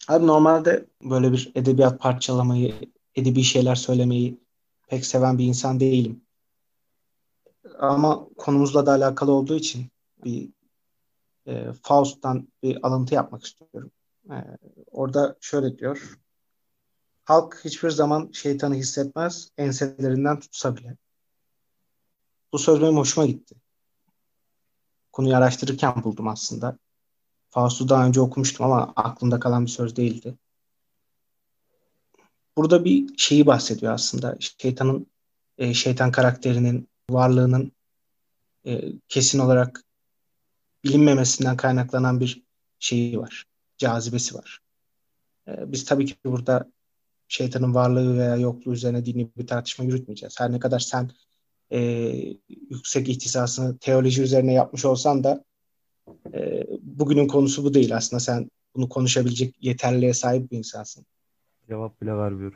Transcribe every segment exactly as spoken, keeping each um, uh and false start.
Abi normalde böyle bir edebiyat parçalamayı, edebi şeyler söylemeyi pek seven bir insan değilim. Ama konumuzla da alakalı olduğu için bir e, Faust'tan bir alıntı yapmak istiyorum. E, Orada şöyle diyor. Halk hiçbir zaman şeytanı hissetmez, enselerinden tutsa bile. Bu söz benim hoşuma gitti. Konuyu araştırırken buldum aslında. Faust'u daha önce okumuştum ama aklımda kalan bir söz değildi. Burada bir şeyi bahsediyor aslında. Şeytanın, e, şeytan karakterinin varlığının e, kesin olarak bilinmemesinden kaynaklanan bir şeyi var. Cazibesi var. E, biz tabii ki burada şeytanın varlığı veya yokluğu üzerine dini bir tartışma yürütmeyeceğiz. Her ne kadar sen e, yüksek ihtisasını teoloji üzerine yapmış olsan da e, bugünün konusu bu değil aslında. Sen bunu konuşabilecek yeterliğe sahip bir insansın. Cevap bile vermiyorum.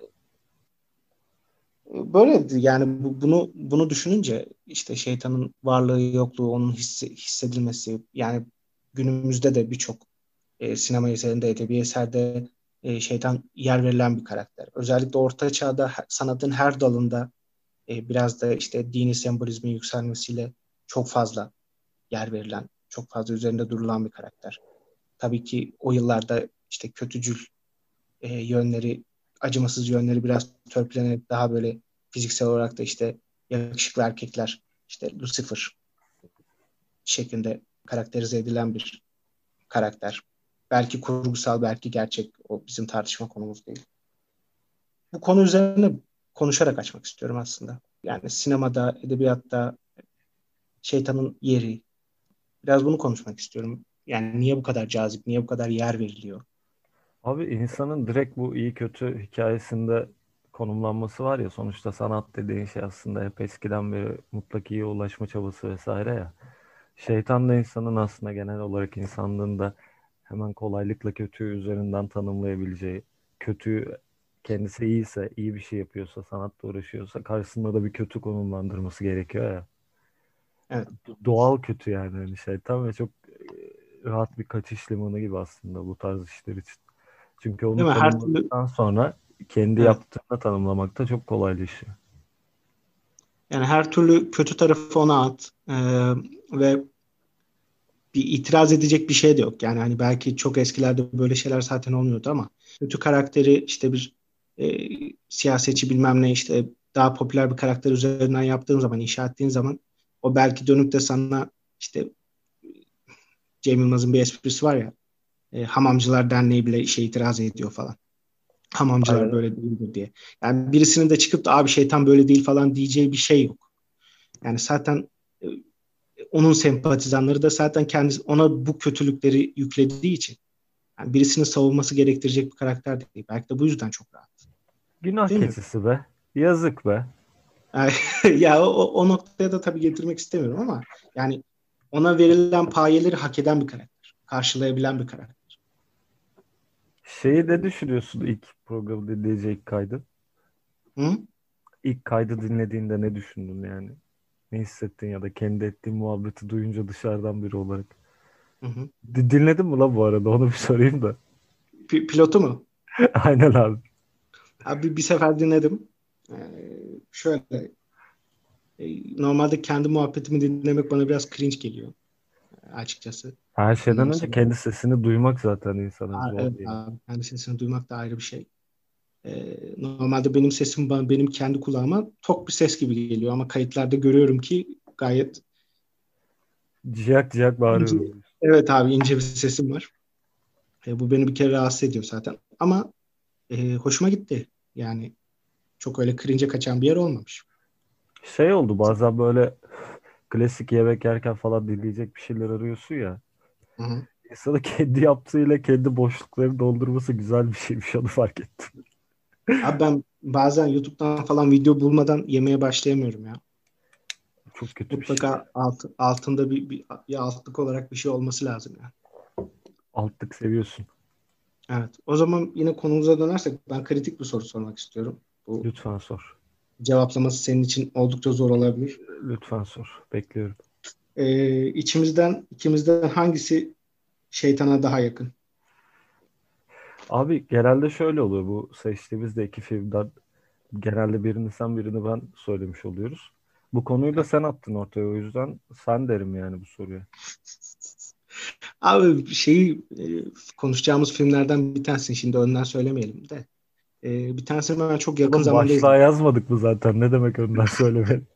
Böyle yani bu, bunu bunu düşününce işte şeytanın varlığı yokluğu onun hissi, hissedilmesi yani günümüzde de birçok e, sinema eserinde edebi eserde e, şeytan yer verilen bir karakter. Özellikle Orta Çağ'da he- sanatın her dalında e, biraz da işte dini sembolizmin yükselmesiyle çok fazla yer verilen, çok fazla üzerinde durulan bir karakter. Tabii ki o yıllarda işte kötücül e, yönleri, acımasız yönleri biraz törpülenerek daha böyle fiziksel olarak da işte yakışıklı erkekler, işte Lucifer şeklinde karakterize edilen bir karakter. Belki kurgusal, belki gerçek. O bizim tartışma konumuz değil. Bu konu üzerine konuşarak açmak istiyorum aslında. Yani sinemada, edebiyatta şeytanın yeri. Biraz bunu konuşmak istiyorum. Yani niye bu kadar cazip, niye bu kadar yer veriliyor? Abi insanın direkt bu iyi kötü hikayesinde konumlanması var ya, sonuçta sanat dediğin şey aslında hep eskiden beri mutlak iyiye ulaşma çabası vesaire ya. Şeytan da insanın aslında genel olarak insanlığında hemen kolaylıkla kötüyü üzerinden tanımlayabileceği, kötüyü kendisi iyiyse, iyi bir şey yapıyorsa, sanatla uğraşıyorsa karşısında da bir kötü konumlandırması gerekiyor ya. Evet. Doğal kötü yani hani şeytan ve çok e, rahat bir kaçış limanı gibi aslında bu tarz işler için. Çünkü onu Değil mi? Her türlü tanımladıktan sonra kendi evet. yaptığını tanımlamak da çok kolaylaşıyor. Yani her türlü kötü tarafı ona at. Ee, ve bir itiraz edecek bir şey de yok. Yani hani belki çok eskilerde böyle şeyler zaten olmuyordu ama kötü karakteri işte bir e, siyasetçi bilmem ne işte daha popüler bir karakter üzerinden yaptığın zaman, inşa ettiğin zaman o belki dönüp de sana işte Cem Yılmaz'ın bir esprisi var ya e, Hamamcılar Derneği bile işe itiraz ediyor falan. Hamamcılar Aynen. böyle değildir diye. Yani birisinin de çıkıp da abi şeytan böyle değil falan diyeceği bir şey yok. Yani zaten e, onun sempatizanları da zaten kendisi ona bu kötülükleri yüklediği için yani birisinin savunması gerektirecek bir karakter değil. Belki de bu yüzden çok rahat. Günah Değil mi? keçisi be. Yazık be. Yani, ya o, o noktaya da tabii getirmek istemiyorum ama yani ona verilen payeleri hak eden bir karakter. Karşılayabilen bir karakter. Şeyi de düşünüyorsun ilk programı dinleyecek kaydı. Hı? İlk kaydı dinlediğinde ne düşündün yani? Ne hissettin ya da kendi ettiğin muhabbeti duyunca dışarıdan biri olarak. Hı hı. Di- dinledin mi lan bu arada? Onu bir sorayım da. Pi- Pilotu mu? Aynen abi. Abi bir sefer dinledim. Ee, şöyle e, normalde kendi muhabbetimi dinlemek bana biraz cringe geliyor e, açıkçası. Her şeyden Ondan önce sonra kendi sesini duymak zaten insana Aa, zor evet yani. abi, kendi sesini duymak da ayrı bir şey. Ee, normalde benim sesim bana, benim kendi kulağıma tok bir ses gibi geliyor ama kayıtlarda görüyorum ki gayet Ciyak ciyak ince, bağırıyorum. evet abi ince bir sesim var. E, bu beni bir kere rahatsız ediyor zaten. Ama e, hoşuma gitti. Yani çok öyle cringe'e kaçan bir yer olmamış. Şey oldu bazen böyle klasik yemek yerken falan dinleyecek bir şeyler arıyorsun ya. Hı hı. İnsanın kendi yaptığıyla kendi boşluklarını doldurması güzel bir şeymiş, onu fark ettim. Abi ben bazen YouTube'dan falan video bulmadan yemeye başlayamıyorum ya. Çok kötü bir şey. Mutlaka alt, altında bir, bir, bir altlık olarak bir şey olması lazım ya. Altlık seviyorsun. Evet. O zaman yine konumuza dönersek ben kritik bir soru sormak istiyorum. Bu Lütfen sor. cevaplaması senin için oldukça zor olabilir. Lütfen sor. Bekliyorum. Ee, içimizden ikimizden hangisi şeytana daha yakın? Abi genelde şöyle oluyor, bu seçtiğimiz de iki filmden genelde birini sen birini ben söylemiş oluyoruz. Bu konuyu da sen attın ortaya, o yüzden sen derim yani bu soruya. Abi şeyi e, konuşacağımız filmlerden bir tanesini şimdi önden söylemeyelim de. E, bir tanesini ben çok yakın Oğlum zamanda başlığa izledim. yazmadık mı zaten? Ne demek önden söylemeyin?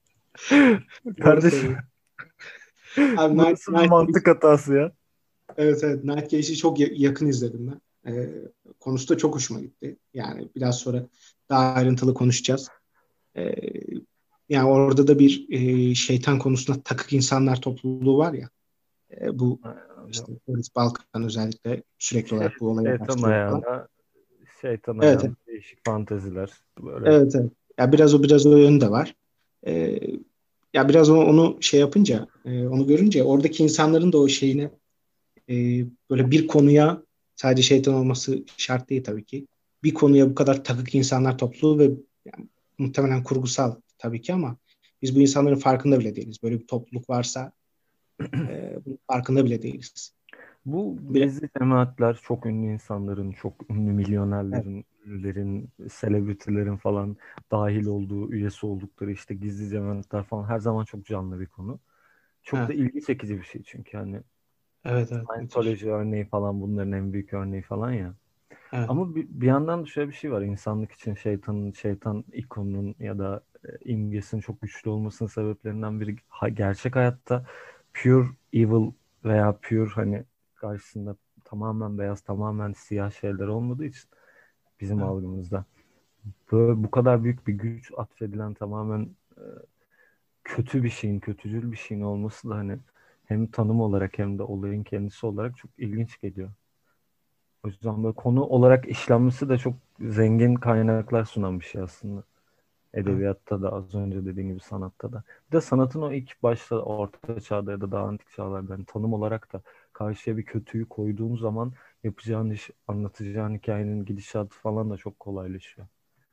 Doğru Kardeşim, söylüyorsun. Abi bu Night, nasıl bir Night Cage, mantık hatası ya? evet evet Night Cage'i çok ya- yakın izledim ben. E, konusu da çok hoşuma gitti. Yani biraz sonra daha ayrıntılı konuşacağız. E, yani orada da bir e, şeytan konusunda takık insanlar topluluğu var ya. E, bu Aynen hocam. işte polis Balkan özellikle sürekli Şey, olarak bu olayı şeytan araştırıyor falan. ayağına, şeytan Evet, evet. ayağına değişik fanteziler. Böyle Evet, evet. Ya biraz o biraz o yönü de var. Ee, ya biraz onu, onu şey yapınca, e, onu görünce oradaki insanların da o şeyine e, böyle bir konuya sadece şeytan olması şart değil tabii ki. Bir konuya bu kadar takık insanlar topluluğu ve yani, muhtemelen kurgusal tabii ki ama biz bu insanların farkında bile değiliz. Böyle bir topluluk varsa e, bunun farkında bile değiliz. bu Bir, gizli cemaatler, çok ünlü insanların, çok ünlü evet, milyonerlerin, ünlülerin, selebritilerin falan dahil olduğu, üyesi oldukları işte gizli cemaatler falan her zaman çok canlı bir konu. Çok da evet, ilgi çekici bir şey çünkü hani evet, evet, müthiş. Scientology örneği falan bunların en büyük örneği falan ya. Evet, Ama bir, bir yandan da şöyle bir şey var. İnsanlık için şeytanın, şeytan ikonunun ya da e, imgesinin çok güçlü olmasının sebeplerinden biri, ha- gerçek hayatta pure evil veya pure, hani karşısında tamamen beyaz, tamamen siyah şeyler olmadığı için bizim evet, algımızda böyle bu kadar büyük bir güç atfedilen tamamen e, kötü bir şeyin, kötücül bir şeyin olması da hani hem tanım olarak hem de olayın kendisi olarak çok ilginç geliyor. O yüzden böyle konu olarak işlenmesi de çok zengin kaynaklar sunan bir şey aslında. evet. Edebiyatta da, az önce dediğim gibi sanatta da. Bir de sanatın o ilk başta orta çağda ya da daha antik çağlarda hani tanım olarak da karşıya bir kötüyü koyduğun zaman yapacağın iş, anlatacağın hikayenin gidişatı falan da çok kolaylaşıyor.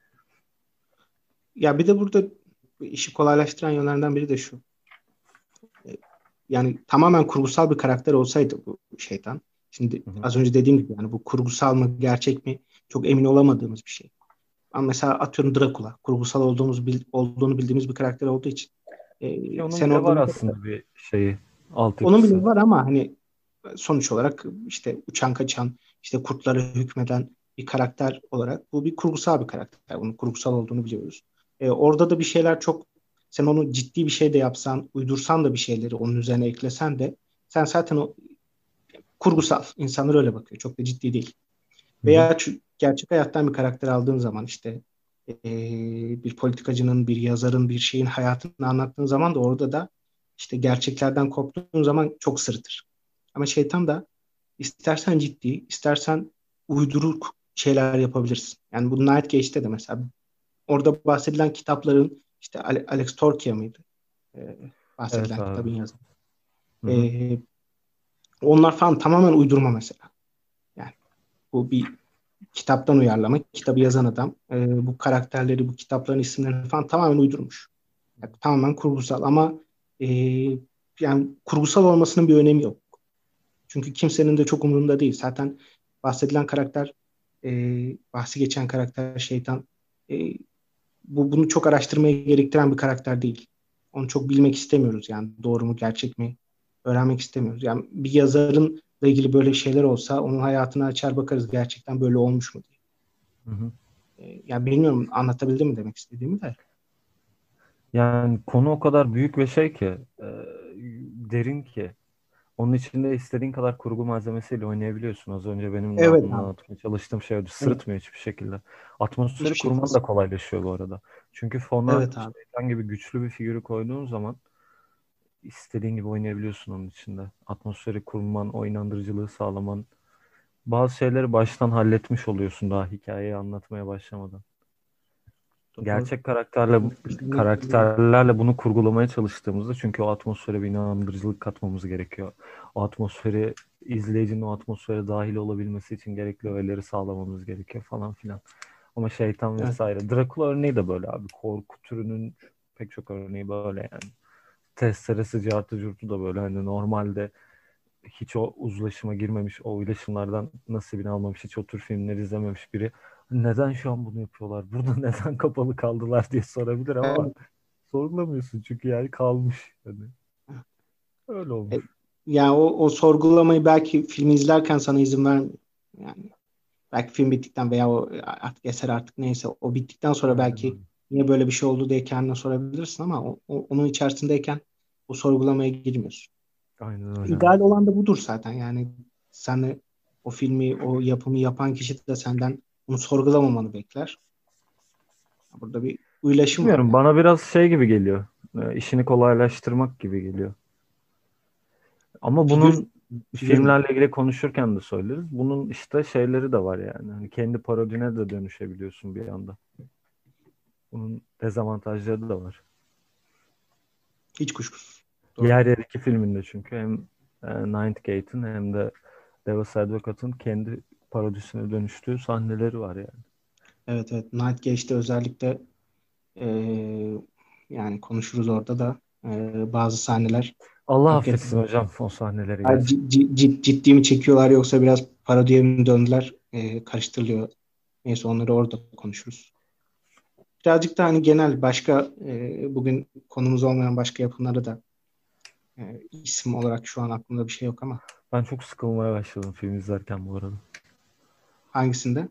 Ya bir de burada işi kolaylaştıran yönlerden biri de şu. E, Yani tamamen kurgusal bir karakter olsaydı bu şeytan. Şimdi Hı hı. az önce dediğim gibi yani bu kurgusal mı gerçek mi çok emin olamadığımız bir şey. Ama mesela atıyorum Dracula kurgusal olduğumuz bil- olduğunu bildiğimiz bir karakter olduğu için Ki e, onun sen bile orada var aslında bir şeyi, onun altyapısı. bile var ama hani sonuç olarak işte uçan kaçan işte kurtlara hükmeden bir karakter olarak bu bir kurgusal bir karakter. Bunun kurgusal olduğunu biliyoruz. E, orada da bir şeyler çok sen onu ciddi bir şey de yapsan, uydursan da bir şeyleri onun üzerine eklesen de sen zaten o kurgusal. İnsanlar öyle bakıyor. Çok da ciddi değil. Hı hı. Veya şu- gerçek hayattan bir karakter aldığın zaman işte e, bir politikacının, bir yazarın, bir şeyin hayatını anlattığın zaman da orada da işte gerçeklerden koptuğun zaman çok sırıtır. Ama şeytan da istersen ciddi, istersen uyduruk şeyler yapabilirsin. Yani bu Night Cage'de de mesela orada bahsedilen kitapların işte Alex Torquia mıydı? E, Evet bahsedilen abi. kitabın yazarı. Hı hı. E, onlar falan tamamen uydurma mesela. Yani bu bir kitaptan uyarlama. Kitabı yazan adam e, bu karakterleri, bu kitapların isimlerini falan tamamen uydurmuş. Yani tamamen kurgusal ama e, yani kurgusal olmasının bir önemi yok. Çünkü kimsenin de çok umurunda değil. Zaten bahsedilen karakter, e, bahsi geçen karakter şeytan e, bu bunu çok araştırmaya gerektiren bir karakter değil. Onu çok bilmek istemiyoruz yani doğru mu gerçek mi öğrenmek istemiyoruz. Yani bir yazarın da ilgili böyle şeyler olsa onun hayatını açar bakarız gerçekten böyle olmuş mu diye. Hı hı. E, yani bilmiyorum anlatabildim mi demek istediğimi de. Yani konu o kadar büyük ve şey ki, e, derin ki. Onun içinde istediğin kadar kurgu malzemesiyle oynayabiliyorsun. Az önce benim de Evet abi. anlatmaya çalıştığım şey oydu. Evet. Sırıtmıyor hiçbir şekilde. Atmosferi Hiçbir şekilde. kurman da kolaylaşıyor bu arada. Çünkü fona Evet abi. şeytan gibi güçlü bir figürü koyduğun zaman istediğin gibi oynayabiliyorsun onun içinde. Atmosferi kurman, o inandırıcılığı sağlaman. Bazı şeyleri baştan halletmiş oluyorsun daha hikayeyi anlatmaya başlamadan. Doğru. Gerçek karakterle Kesinlikle katılıyorum. karakterlerle bunu kurgulamaya çalıştığımızda, çünkü o atmosfere bir inandırıcılık katmamız gerekiyor. O atmosferi, izleyicinin o atmosfere dahil olabilmesi için gerekli öğeleri sağlamamız gerekiyor falan filan. Ama şeytan Evet. vesaire. Dracula örneği de böyle abi. Korku türünün pek çok örneği böyle yani. Testeresi, cartı curtu da böyle hani normalde hiç o uzlaşıma girmemiş, o ulaşımlardan nasibini almamış, hiç o tür filmleri izlememiş biri neden şu an bunu yapıyorlar? Burada neden kapalı kaldılar diye sorabilir ama Evet. sorgulamıyorsun çünkü yani kalmış. Yani öyle E, olmuş. Yani o, o sorgulamayı belki filmi izlerken sana izin vermiyor. Yani belki film bittikten veya o artık eser artık neyse o bittikten sonra Aynen belki öyle. niye böyle bir şey oldu diye kendine sorabilirsin ama o, o- onun içerisindeyken o sorgulamaya girmiyorsun. Aynen öyle abi. İdeal olan da budur zaten. Yani sen o filmi, o yapımı yapan kişi de senden bunu sorgulamamanı bekler. Burada bir uylaşım var Bilmiyorum, yani. bana biraz şey gibi geliyor. E, işini kolaylaştırmak gibi geliyor. Ama Figür, bunun figür mü? filmlerle ilgili konuşurken de söyleriz. Bunun işte şeyleri de var yani. Hani kendi parodine de dönüşebiliyorsun bir anda. Bunun dezavantajları da var. Hiç kuşkusuz. Doğru. Yer Yer iki filminde çünkü hem e, Ninth Gate'in hem de Devil's Advocate'ın kendi parodisine dönüştüğü sahneleri var yani. Evet, evet. Night Gage'de özellikle eee, yani konuşuruz orada da eee, bazı sahneler Allah affetsin hakikaten hocam o sahneleri ay, gerçekten. ci- ci- ci- ciddi mi çekiyorlar yoksa biraz parodiye mi döndüler eee, karıştırılıyor. Neyse onları orada konuşuruz. Birazcık da hani genel başka eee, bugün konumuz olmayan başka yapımları da eee, isim olarak şu an aklımda bir şey yok ama Ben çok sıkılmaya başladım film izlerken bu arada. hangisinde?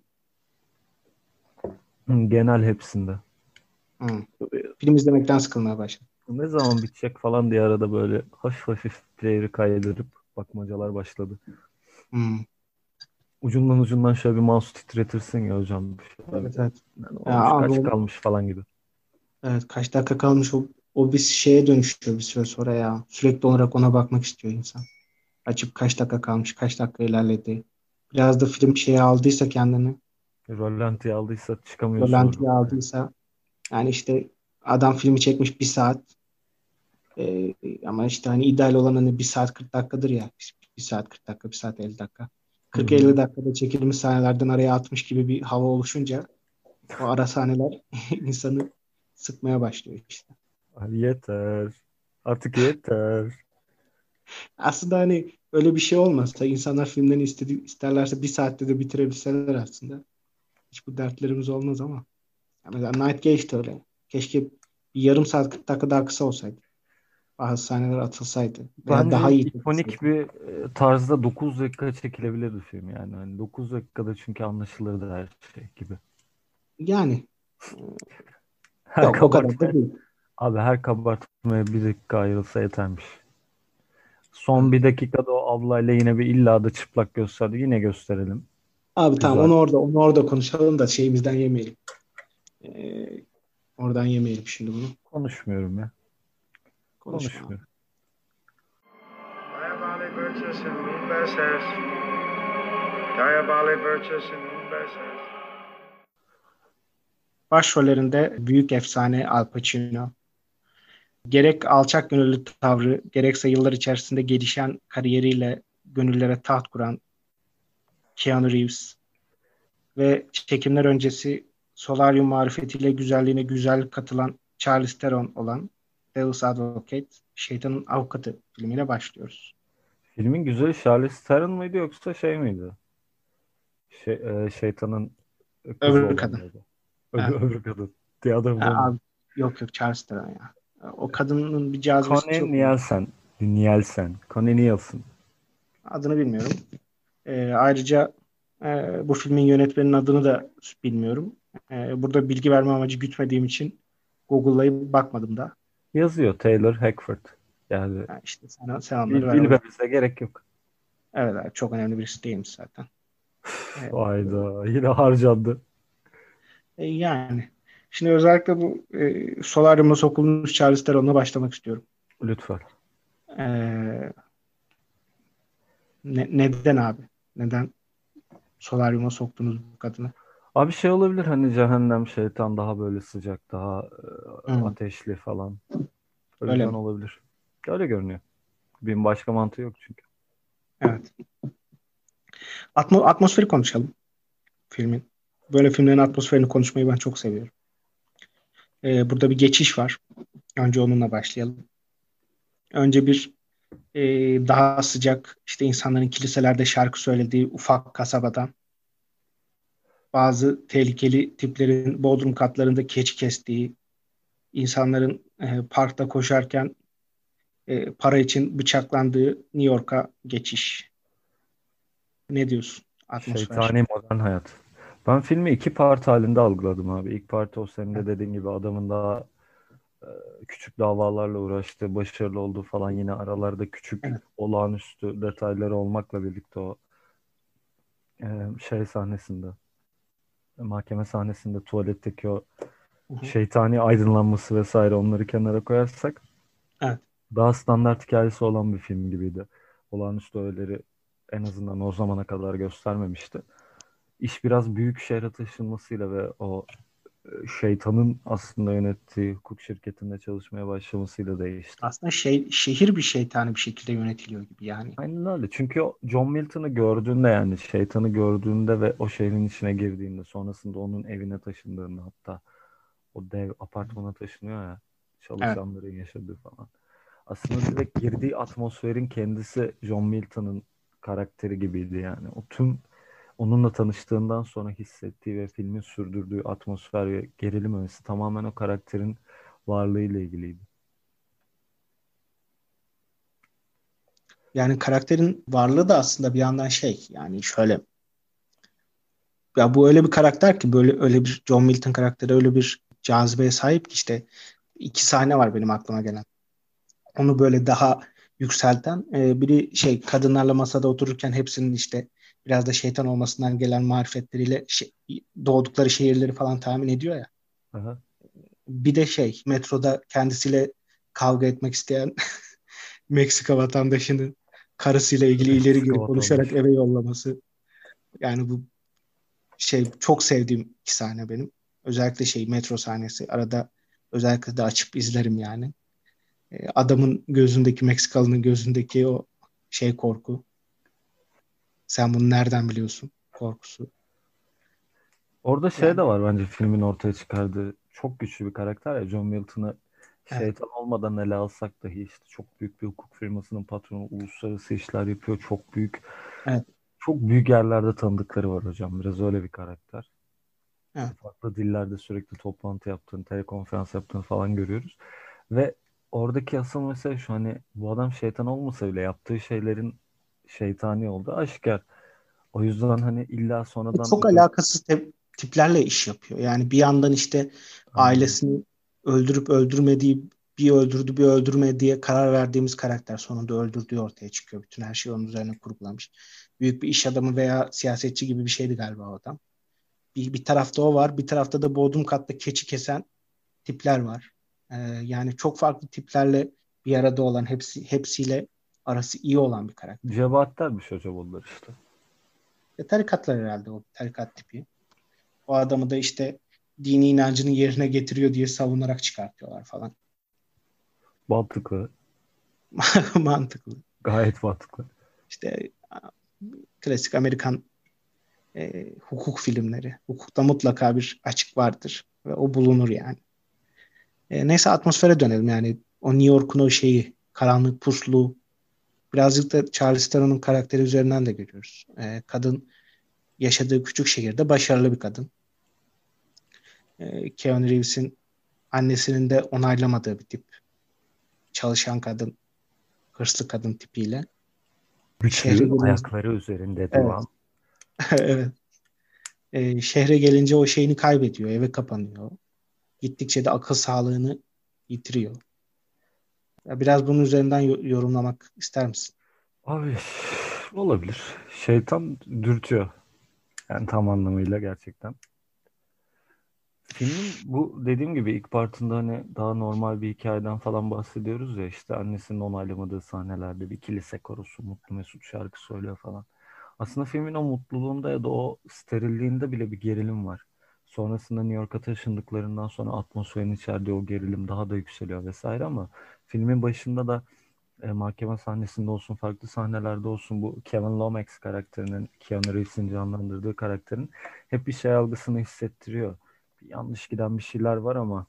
Hı, genel hepsinde. Hı. Film izlemekten sıkılmaya başladım. Ne zaman bitecek falan diye arada böyle hafif hafif player'ı kaydırıp bakmacalar başladı. Hı. Ucundan ucundan şöyle bir mouse titretirsin ya hocam. Şöyle bir, Evet, evet. yani Ya olmuş abi kaç o, kalmış falan gibi. evet, kaç dakika kalmış o, o bir şeye dönüşüyor bir süre sonra ya. Sürekli olarak ona bakmak istiyor insan. Açıp kaç dakika kalmış, kaç dakika ilerledi. Biraz da film şeye aldıysa kendini, Rölantiye aldıysa çıkamıyorsun rölantiye oradan. aldıysa yani işte adam filmi çekmiş bir saat. Ee, ama işte hani ideal olan hani bir saat kırk dakikadır ya. Bir saat kırk dakika, bir saat elli dakika. Hı hı. kırk elli dakikada çekilmiş sahnelerden araya atmış gibi bir hava oluşunca o ara sahneler insanı sıkmaya başlıyor işte. Ay, yeter. Artık yeter. Aslında hani öyle bir şey olmasa insanlar filmlerini istedi, isterlerse bir saatte de bitirebilseler aslında hiç bu dertlerimiz olmaz ama. Ya mesela Night Gage de öyle. Keşke bir yarım saat kırk dakika daha kısa olsaydı. Bazı sahneler atılsaydı veya daha Bence iyi ikonik çekilseydi. bir e, tarzda dokuz dakika çekilebilirdi film yani. Hani dokuz dakikada çünkü anlaşılırdı her şey gibi. Yani e, Her yok o kadar da kabartmaya, değil. abi her kabartmaya bir dakika ayrılsa yetermiş. Son Evet. bir dakikada o ablayla yine bir illa da çıplak gösterdi. Yine gösterelim. Abi tamam Güzel. onu orada onu orada konuşalım da şeyimizden yemeyelim. Ee, oradan yemeyelim şimdi bunu. Konuşmuyorum ya. Konuşma abi. Konuşmuyorum. Diabolic virtuous in universes. Diabolic virtuous in universes. Başrollerinde büyük efsane Al Pacino. Gerek alçak gönüllü tavrı, gerekse yıllar içerisinde gelişen kariyeriyle gönüllere taht kuran Keanu Reeves ve çekimler öncesi solaryum marifetiyle güzelliğine güzellik katılan Charlize Theron olan Devil's Advocate, Şeytanın Avukatı filmiyle başlıyoruz. Filmin güzeli Charlize Theron mıydı yoksa şey miydi? Şey, e, şeytanın kızı Öbür olan kadın. mıydı? Ha, Öbür, öbür kadın. Diye adamı ha, bulamadım. abi, yok yok Charlize Theron ya. O kadının bir cazibesi Connie çok. Nielsen. Nielsen. Connie Nielsen. Adını bilmiyorum. Ee, ayrıca e, bu filmin yönetmeninin adını da bilmiyorum. Ee, burada bilgi verme amacı gütmediğim için Google'layıp bakmadım da. Yazıyor Taylor Hackford. Yani Ha, işte sen, sen onları bil, ver o yüzden. bilmemize gerek yok. Evet, evet çok önemli birisi değilmiş zaten. Ee, Hayda. Yine harcandı. e, yani şimdi özellikle bu e, solaryuma sokulmuş Charlize Theron'la başlamak istiyorum. Lütfen. Ee, ne- neden abi? Neden solaryuma soktunuz bu kadını? Abi şey olabilir hani cehennem şeytan daha böyle sıcak, daha e, Hı, ateşli falan. O öyle yüzden mi? olabilir. Öyle görünüyor. Bir başka mantığı yok çünkü. Evet. Atmo atmosferi konuşalım filmin. Böyle filmlerin atmosferini konuşmayı ben çok seviyorum. Ee, burada bir geçiş var. Önce onunla başlayalım. Önce bir e, daha sıcak işte insanların kiliselerde şarkı söylediği ufak kasabadan bazı tehlikeli tiplerin bodrum katlarında keçi kestiği, insanların e, parkta koşarken e, para için bıçaklandığı New York'a geçiş. Ne diyorsun? Atmosfer. Şeytani modern hayat. Ben filmi iki part halinde algıladım abi. İlk parti o senin de dediğin gibi adamın daha e, küçük davalarla uğraştığı, başarılı olduğu falan yine aralarda küçük Evet. olağanüstü detayları olmakla birlikte o e, şey sahnesinde, mahkeme sahnesinde tuvaletteki o Hı hı. şeytani aydınlanması vesaire onları kenara koyarsak Evet. daha standart hikayesi olan bir film gibiydi. Olağanüstü öğeleri en azından o zamana kadar göstermemişti. İş biraz büyük şehre taşınmasıyla ve o e, şeytanın aslında yönettiği hukuk şirketinde çalışmaya başlamasıyla değişti. Aslında şey, şehir bir şeytani bir şekilde yönetiliyor gibi yani. Aynen öyle. Çünkü o John Milton'ı gördüğünde yani şeytanı gördüğünde ve o şehrin içine girdiğinde sonrasında onun evine taşındığında hatta o dev apartmana taşınıyor ya Evet. çalışanların yaşadığı falan. Aslında direkt girdiği atmosferin kendisi John Milton'ın karakteri gibiydi yani. O tüm onunla tanıştığından sonra hissettiği ve filmin sürdürdüğü atmosfer ve gerilim öğesi tamamen o karakterin varlığıyla ilgiliydi. Yani karakterin varlığı da aslında bir yandan şey yani şöyle ya bu öyle bir karakter ki böyle öyle bir John Milton karakteri öyle bir cazibeye sahip ki işte iki sahne var benim aklıma gelen. Onu böyle daha yükselten e, biri şey kadınlarla masada otururken hepsinin işte biraz da şeytan olmasından gelen marifetleriyle şey- doğdukları şehirleri falan tahmin ediyor ya. Aha. Bir de şey metroda kendisiyle kavga etmek isteyen Meksika vatandaşını karısıyla ilgili ileri Meksika geri konuşarak vatandaşı. eve yollaması. Yani bu şey çok sevdiğim iki sahne benim. Özellikle şey metro sahnesi. Arada özellikle de açıp izlerim yani. E, adamın gözündeki Meksikalı'nın gözündeki o şey korku. Sen bunu nereden biliyorsun? Korkusu. Orada şey de Yani var bence filmin ortaya çıkardığı çok güçlü bir karakter ya John Milton'ı evet, şeytan olmadan ele alsak dahi işte çok büyük bir hukuk firmasının patronu uluslararası işler yapıyor çok büyük evet, çok büyük yerlerde tanıdıkları var hocam biraz öyle bir karakter. evet. Farklı dillerde sürekli toplantı yaptığını, telekonferans yaptığını falan görüyoruz. Ve oradaki asıl mesele şu hani bu adam şeytan olmasa bile yaptığı şeylerin şeytani olduğu aşikar. O yüzden hani illa Ve sonradan çok öyle alakasız te- tiplerle iş yapıyor. Yani bir yandan işte aynen ailesini öldürüp öldürmediği bir öldürdü bir öldürmedi diye karar verdiğimiz karakter sonunda öldürdüğü ortaya çıkıyor. Bütün her şey onun üzerine kurgulamış. Büyük bir iş adamı veya siyasetçi gibi bir şeydi galiba o adam. Bir, bir tarafta o var. Bir tarafta da bodrum katta keçi kesen tipler var. Ee, yani çok farklı tiplerle bir arada olan hepsi hepsiyle arası iyi olan bir karakter. Cebaatlermiş hocam onlar işte. E, tarikatlar herhalde o tarikat tipi. O adamı da işte dini inancını yerine getiriyor diye savunarak çıkartıyorlar falan. Mantıklı. Mantıklı. Gayet mantıklı. İşte klasik Amerikan e, hukuk filmleri. Hukukta mutlaka bir açık vardır ve o bulunur yani. E, neyse atmosfere dönelim yani. O New York'un o şeyi, karanlık puslu, birazcık da Charlize Theron'un karakteri üzerinden de görüyoruz. E, kadın yaşadığı küçük şehirde başarılı bir kadın. E, Keanu Reeves'in annesinin de onaylamadığı bir tip. Çalışan kadın, hırslı kadın tipiyle. Şehre Güçlü, gelince ayakları üzerinde evet. duran. Evet. E, şehre gelince o şeyini kaybediyor. Eve kapanıyor. Gittikçe de akıl sağlığını yitiriyor. Ya biraz bunun üzerinden yo- yorumlamak ister misin? Abi olabilir. Şeytan dürtüyor. Yani tam anlamıyla gerçekten. Filmin bu dediğim gibi ilk partında hani daha normal bir hikayeden falan bahsediyoruz ya işte annesinin onaylamadığı sahnelerde bir kilise korosu Mutlu Mesut şarkı söylüyor falan. Aslında filmin o mutluluğunda ya da o sterilliğinde bile bir gerilim var. Sonrasında New York'a taşındıklarından sonra atmosferin içerdiği o gerilim daha da yükseliyor vesaire ama filmin başında da e, mahkeme sahnesinde olsun farklı sahnelerde olsun bu Kevin Lomax karakterinin Keanu Reeves'in canlandırdığı karakterin hep bir şey algısını hissettiriyor. Bir yanlış giden bir şeyler var ama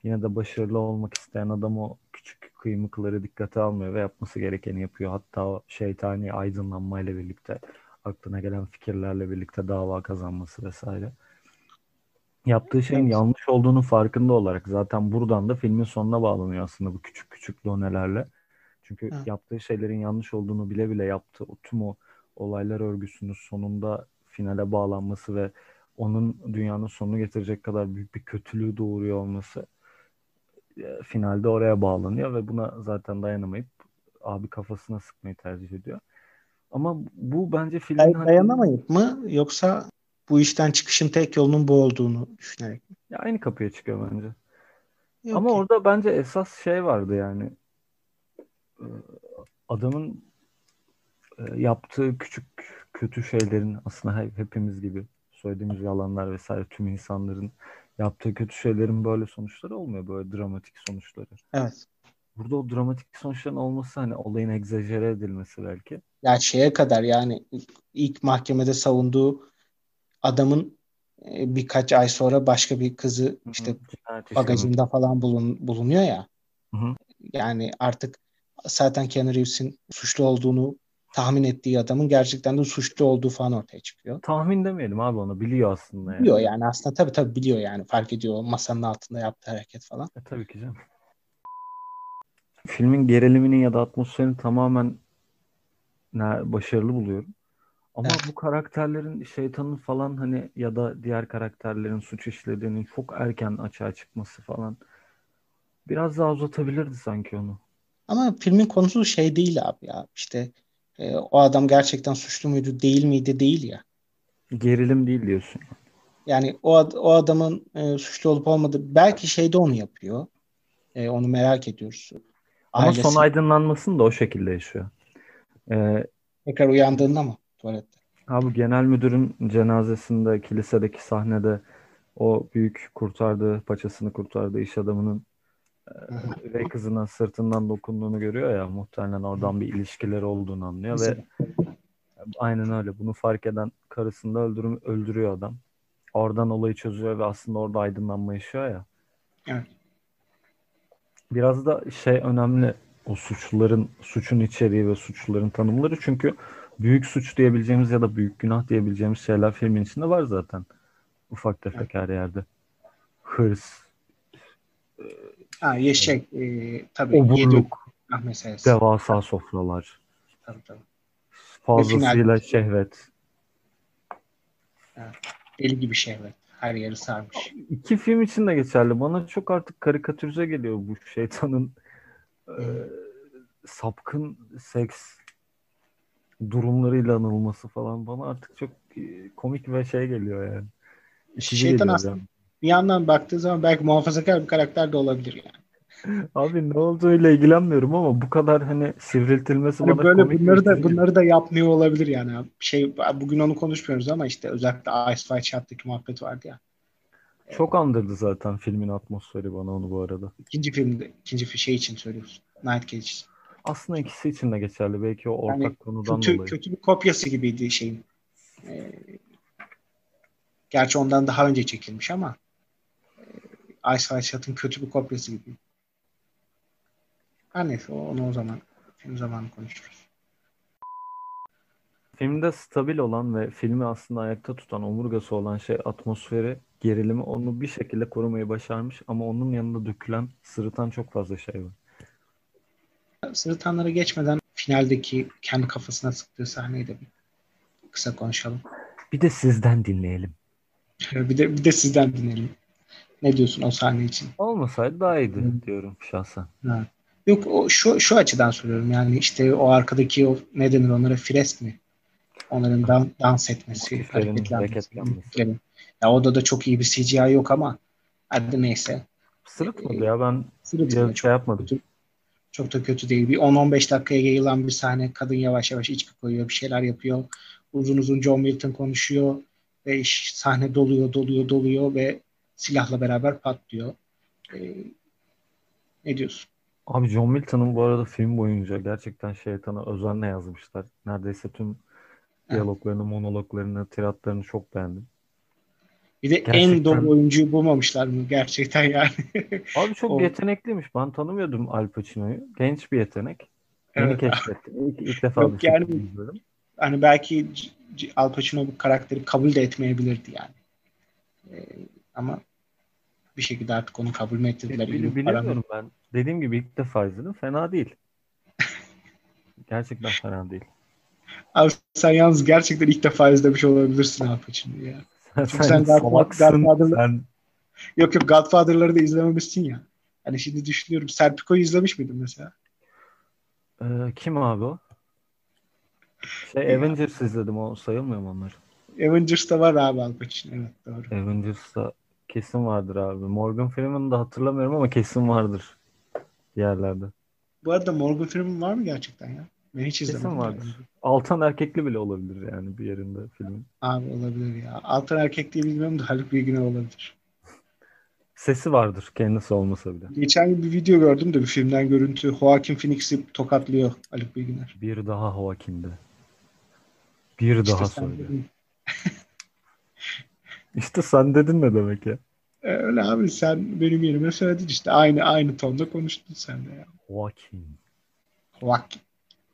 yine de başarılı olmak isteyen adam o küçük kıymıkları dikkate almıyor ve yapması gerekeni yapıyor. Hatta o şeytani aydınlanmayla birlikte, aklına gelen fikirlerle birlikte dava kazanması vesaire. Yaptığı şeyin Evet. yanlış olduğunu farkında olarak zaten buradan da filmin sonuna bağlanıyor aslında bu küçük küçük donelerle. Çünkü Evet. yaptığı şeylerin yanlış olduğunu bile bile yaptığı o tüm o olaylar örgüsünün sonunda finale bağlanması ve onun dünyanın sonunu getirecek kadar büyük bir kötülüğü doğuruyor olması e, finalde oraya bağlanıyor ve buna zaten dayanamayıp abi kafasına sıkmayı tercih ediyor. Ama bu bence filmin Day- hani Dayanamayıp mı yoksa bu işten çıkışın tek yolunun bu olduğunu düşünerek mi? ya aynı kapıya çıkıyor bence. Ama Yok ki. orada bence esas şey vardı yani e, adamın e, yaptığı küçük kötü şeylerin aslında hep- hepimiz gibi söylediğimiz yalanlar vesaire tüm insanların yaptığı kötü şeylerin böyle sonuçları olmuyor. Böyle dramatik sonuçları. Evet. Burada o dramatik sonuçların olması hani olayın egzajere edilmesi belki. Ya şeye kadar yani ilk, ilk mahkemede savunduğu adamın e, birkaç ay sonra başka bir kızı Hı hı. işte Cinayet işlemesi. bagajında falan bulun, bulunuyor ya. Hı hı. Yani artık zaten Keanu Reeves'in suçlu olduğunu tahmin ettiği adamın gerçekten de suçlu olduğu falan ortaya çıkıyor. Tahmin demeyelim abi onu biliyor aslında Biliyor yani. yani aslında tabii tabii biliyor yani fark ediyor o masanın altında yaptığı hareket falan. E tabii ki canım. Filmin geriliminin ya da atmosferini tamamen ne- başarılı buluyorum. Ama Evet. bu karakterlerin şeytanın falan hani ya da diğer karakterlerin suç işlediğinin çok erken açığa çıkması falan biraz daha uzatabilirdi sanki onu. Ama filmin konusu şey değil abi ya işte e, o adam gerçekten suçlu muydu değil miydi değil ya. Gerilim değil diyorsun. Yani o, ad- o adamın e, suçlu olup olmadığı belki şeyde onu yapıyor. E, onu merak ediyoruz. Ama son Ailesi aydınlanmasını da o şekilde yaşıyor. Ee, tekrar uyandığında mı tuvalette? abi genel müdürün cenazesinde kilisedeki sahnede o büyük kurtardığı, paçasını kurtardığı iş adamının Hı hı. üvey kızına sırtından dokunduğunu görüyor ya, muhtemelen Hı hı. oradan bir ilişkileri olduğunu anlıyor ve Mesela. aynen öyle. Bunu fark eden karısını da öldürüm, öldürüyor adam. Oradan olayı çözüyor ve aslında orada aydınlanma yaşıyor ya. Evet. Biraz da şey önemli, o suçluların, suçun içeriği ve suçluların tanımları. Çünkü büyük suç diyebileceğimiz ya da büyük günah diyebileceğimiz şeyler filmin içinde var zaten. Ufak Evet. tefek her yerde. Hırs, Ha, ye şey, e, tabii yedi oburluk, günah meselesi. devasa sofralar, Tabii tabii. Ve finalde fazlasıyla şehvet. evet, deli gibi şehvet. Her yeri sarmış. İki film için de geçerli. Bana çok artık karikatürize geliyor bu şeytanın e, Hı hı. sapkın seks durumlarıyla anılması falan bana artık çok e, komik ve şey geliyor yani. İtici Şeytan geliyor aslında yani. bir yandan baktığı zaman belki muhafazakar bir karakter de olabilir yani. Abi ne olduğuyla ilgilenmiyorum ama bu kadar hani sivriltilmesi Hani bana böyle komik ve bunları itici da geliyor. bunları da yapmıyor olabilir yani. Şey bugün onu konuşmuyoruz ama işte özellikle Ice White Shot'taki muhabbet vardı ya. Çok andırdı zaten filmin atmosferi bana onu bu arada. İkinci filmde, ikinci fi- şey için söylüyorsun. Night Cage için. Aslında ikisi için de geçerli. Belki o Yani ortak konudan kötü dolayı. kötü bir kopyası gibiydi şeyin. Ee, gerçi ondan daha önce çekilmiş ama Ice White Shot'ın kötü bir kopyası gibi. Her neyse onu o zaman film zamanı konuşuruz. Filmde stabil olan ve filmi aslında ayakta tutan, omurgası olan şey atmosferi, gerilimi, onu bir şekilde korumayı başarmış ama onun yanında dökülen, sırıtan çok fazla şey var. Sırıtanlara geçmeden finaldeki kendi kafasına sıktığı sahneyi de bir kısa konuşalım. Bir de sizden dinleyelim. Bir de bir de sizden dinleyelim. Ne diyorsun o sahne için? Olmasaydı daha iyiydi diyorum şahsen. Ha. Yok o şu şu açıdan soruyorum. Yani işte o arkadaki o ne denir onlara fresk mi? Onların dan- dans etmesi, Motiflerin hareketlenmesi, hareketlenmesi. motiflerin. Ya odada çok iyi bir C G I yok ama hadi neyse. Sırıtmadı ya, ben ya Sırıtmıyor. şey Çok yapmadım. kötü. Çok da kötü değil. Bir on on beş dakikaya yayılan bir sahne. Kadın yavaş yavaş içki koyuyor, bir şeyler yapıyor. Uzun uzun John Milton konuşuyor ve iş, sahne doluyor, doluyor, doluyor ve silahla beraber patlıyor. Ee, ne diyorsun? Abi John Milton'ın bu arada film boyunca gerçekten şeytana özenle yazmışlar. Neredeyse tüm Evet. diyaloglarını, monologlarını, tiratlarını çok beğendim. Bir de en doğru Gerçekten. oyuncuyu bulmamışlar mı? Gerçekten yani. Abi çok O, yetenekliymiş. Ben tanımıyordum Al Pacino'yu. Genç bir yetenek. Yeni evet. keşfettim. İlk, ilk defa bir Yok yani film izliyorum. hani belki C- C- Al Pacino bu karakteri kabul de etmeyebilirdi yani. Ee, ama bir şekilde artık onu kabul mü ettirdiler? Bil- İyi bil- bir para mı? bilemiyorum ben. Dediğim gibi ilk defa izledim. Fena değil. Gerçekten fena değil. Abi sen yalnız gerçekten ilk defa izlemiş olabilirsin Al Pacino'yu ya. Sen, Çünkü sen sen Godfa- salaksın. Godfather'lı Sen yok yok Godfather'ları da izlememişsin ya. Hani şimdi düşünüyorum. Serpico'yu izlemiş miydin mesela? Ee, kim abi o? Şey Ya, Avengers izledim. O sayılmıyor mu onlar? Avengers'ta var abi Al Pacino. Evet doğru. Avengers'ta kesin vardır abi. Morgan Freeman'ı da hatırlamıyorum ama kesin vardır yerlerde. Bu arada Morgan Freeman var mı gerçekten ya? Ben hiç Kesin izlemedim yani. vardır. Altan erkekli bile olabilir yani bir yerinde filmin. Abi olabilir ya. Altan Erkek diye bilmiyorum da Haluk Bilginer olabilir. Sesi vardır kendisi olmasa bile. Geçen gün bir video gördüm de bir filmden görüntü. Joaquin Phoenix'i tokatlıyor Haluk Bilginer. Bir daha Joaquin'de. Bir İşte daha sen söyle. dedin. İşte sen dedin ne demek ya? E, öyle abi sen benim yerime söyledin işte. Aynı aynı tonda konuştun sen de ya. Joaquin. Joaquin.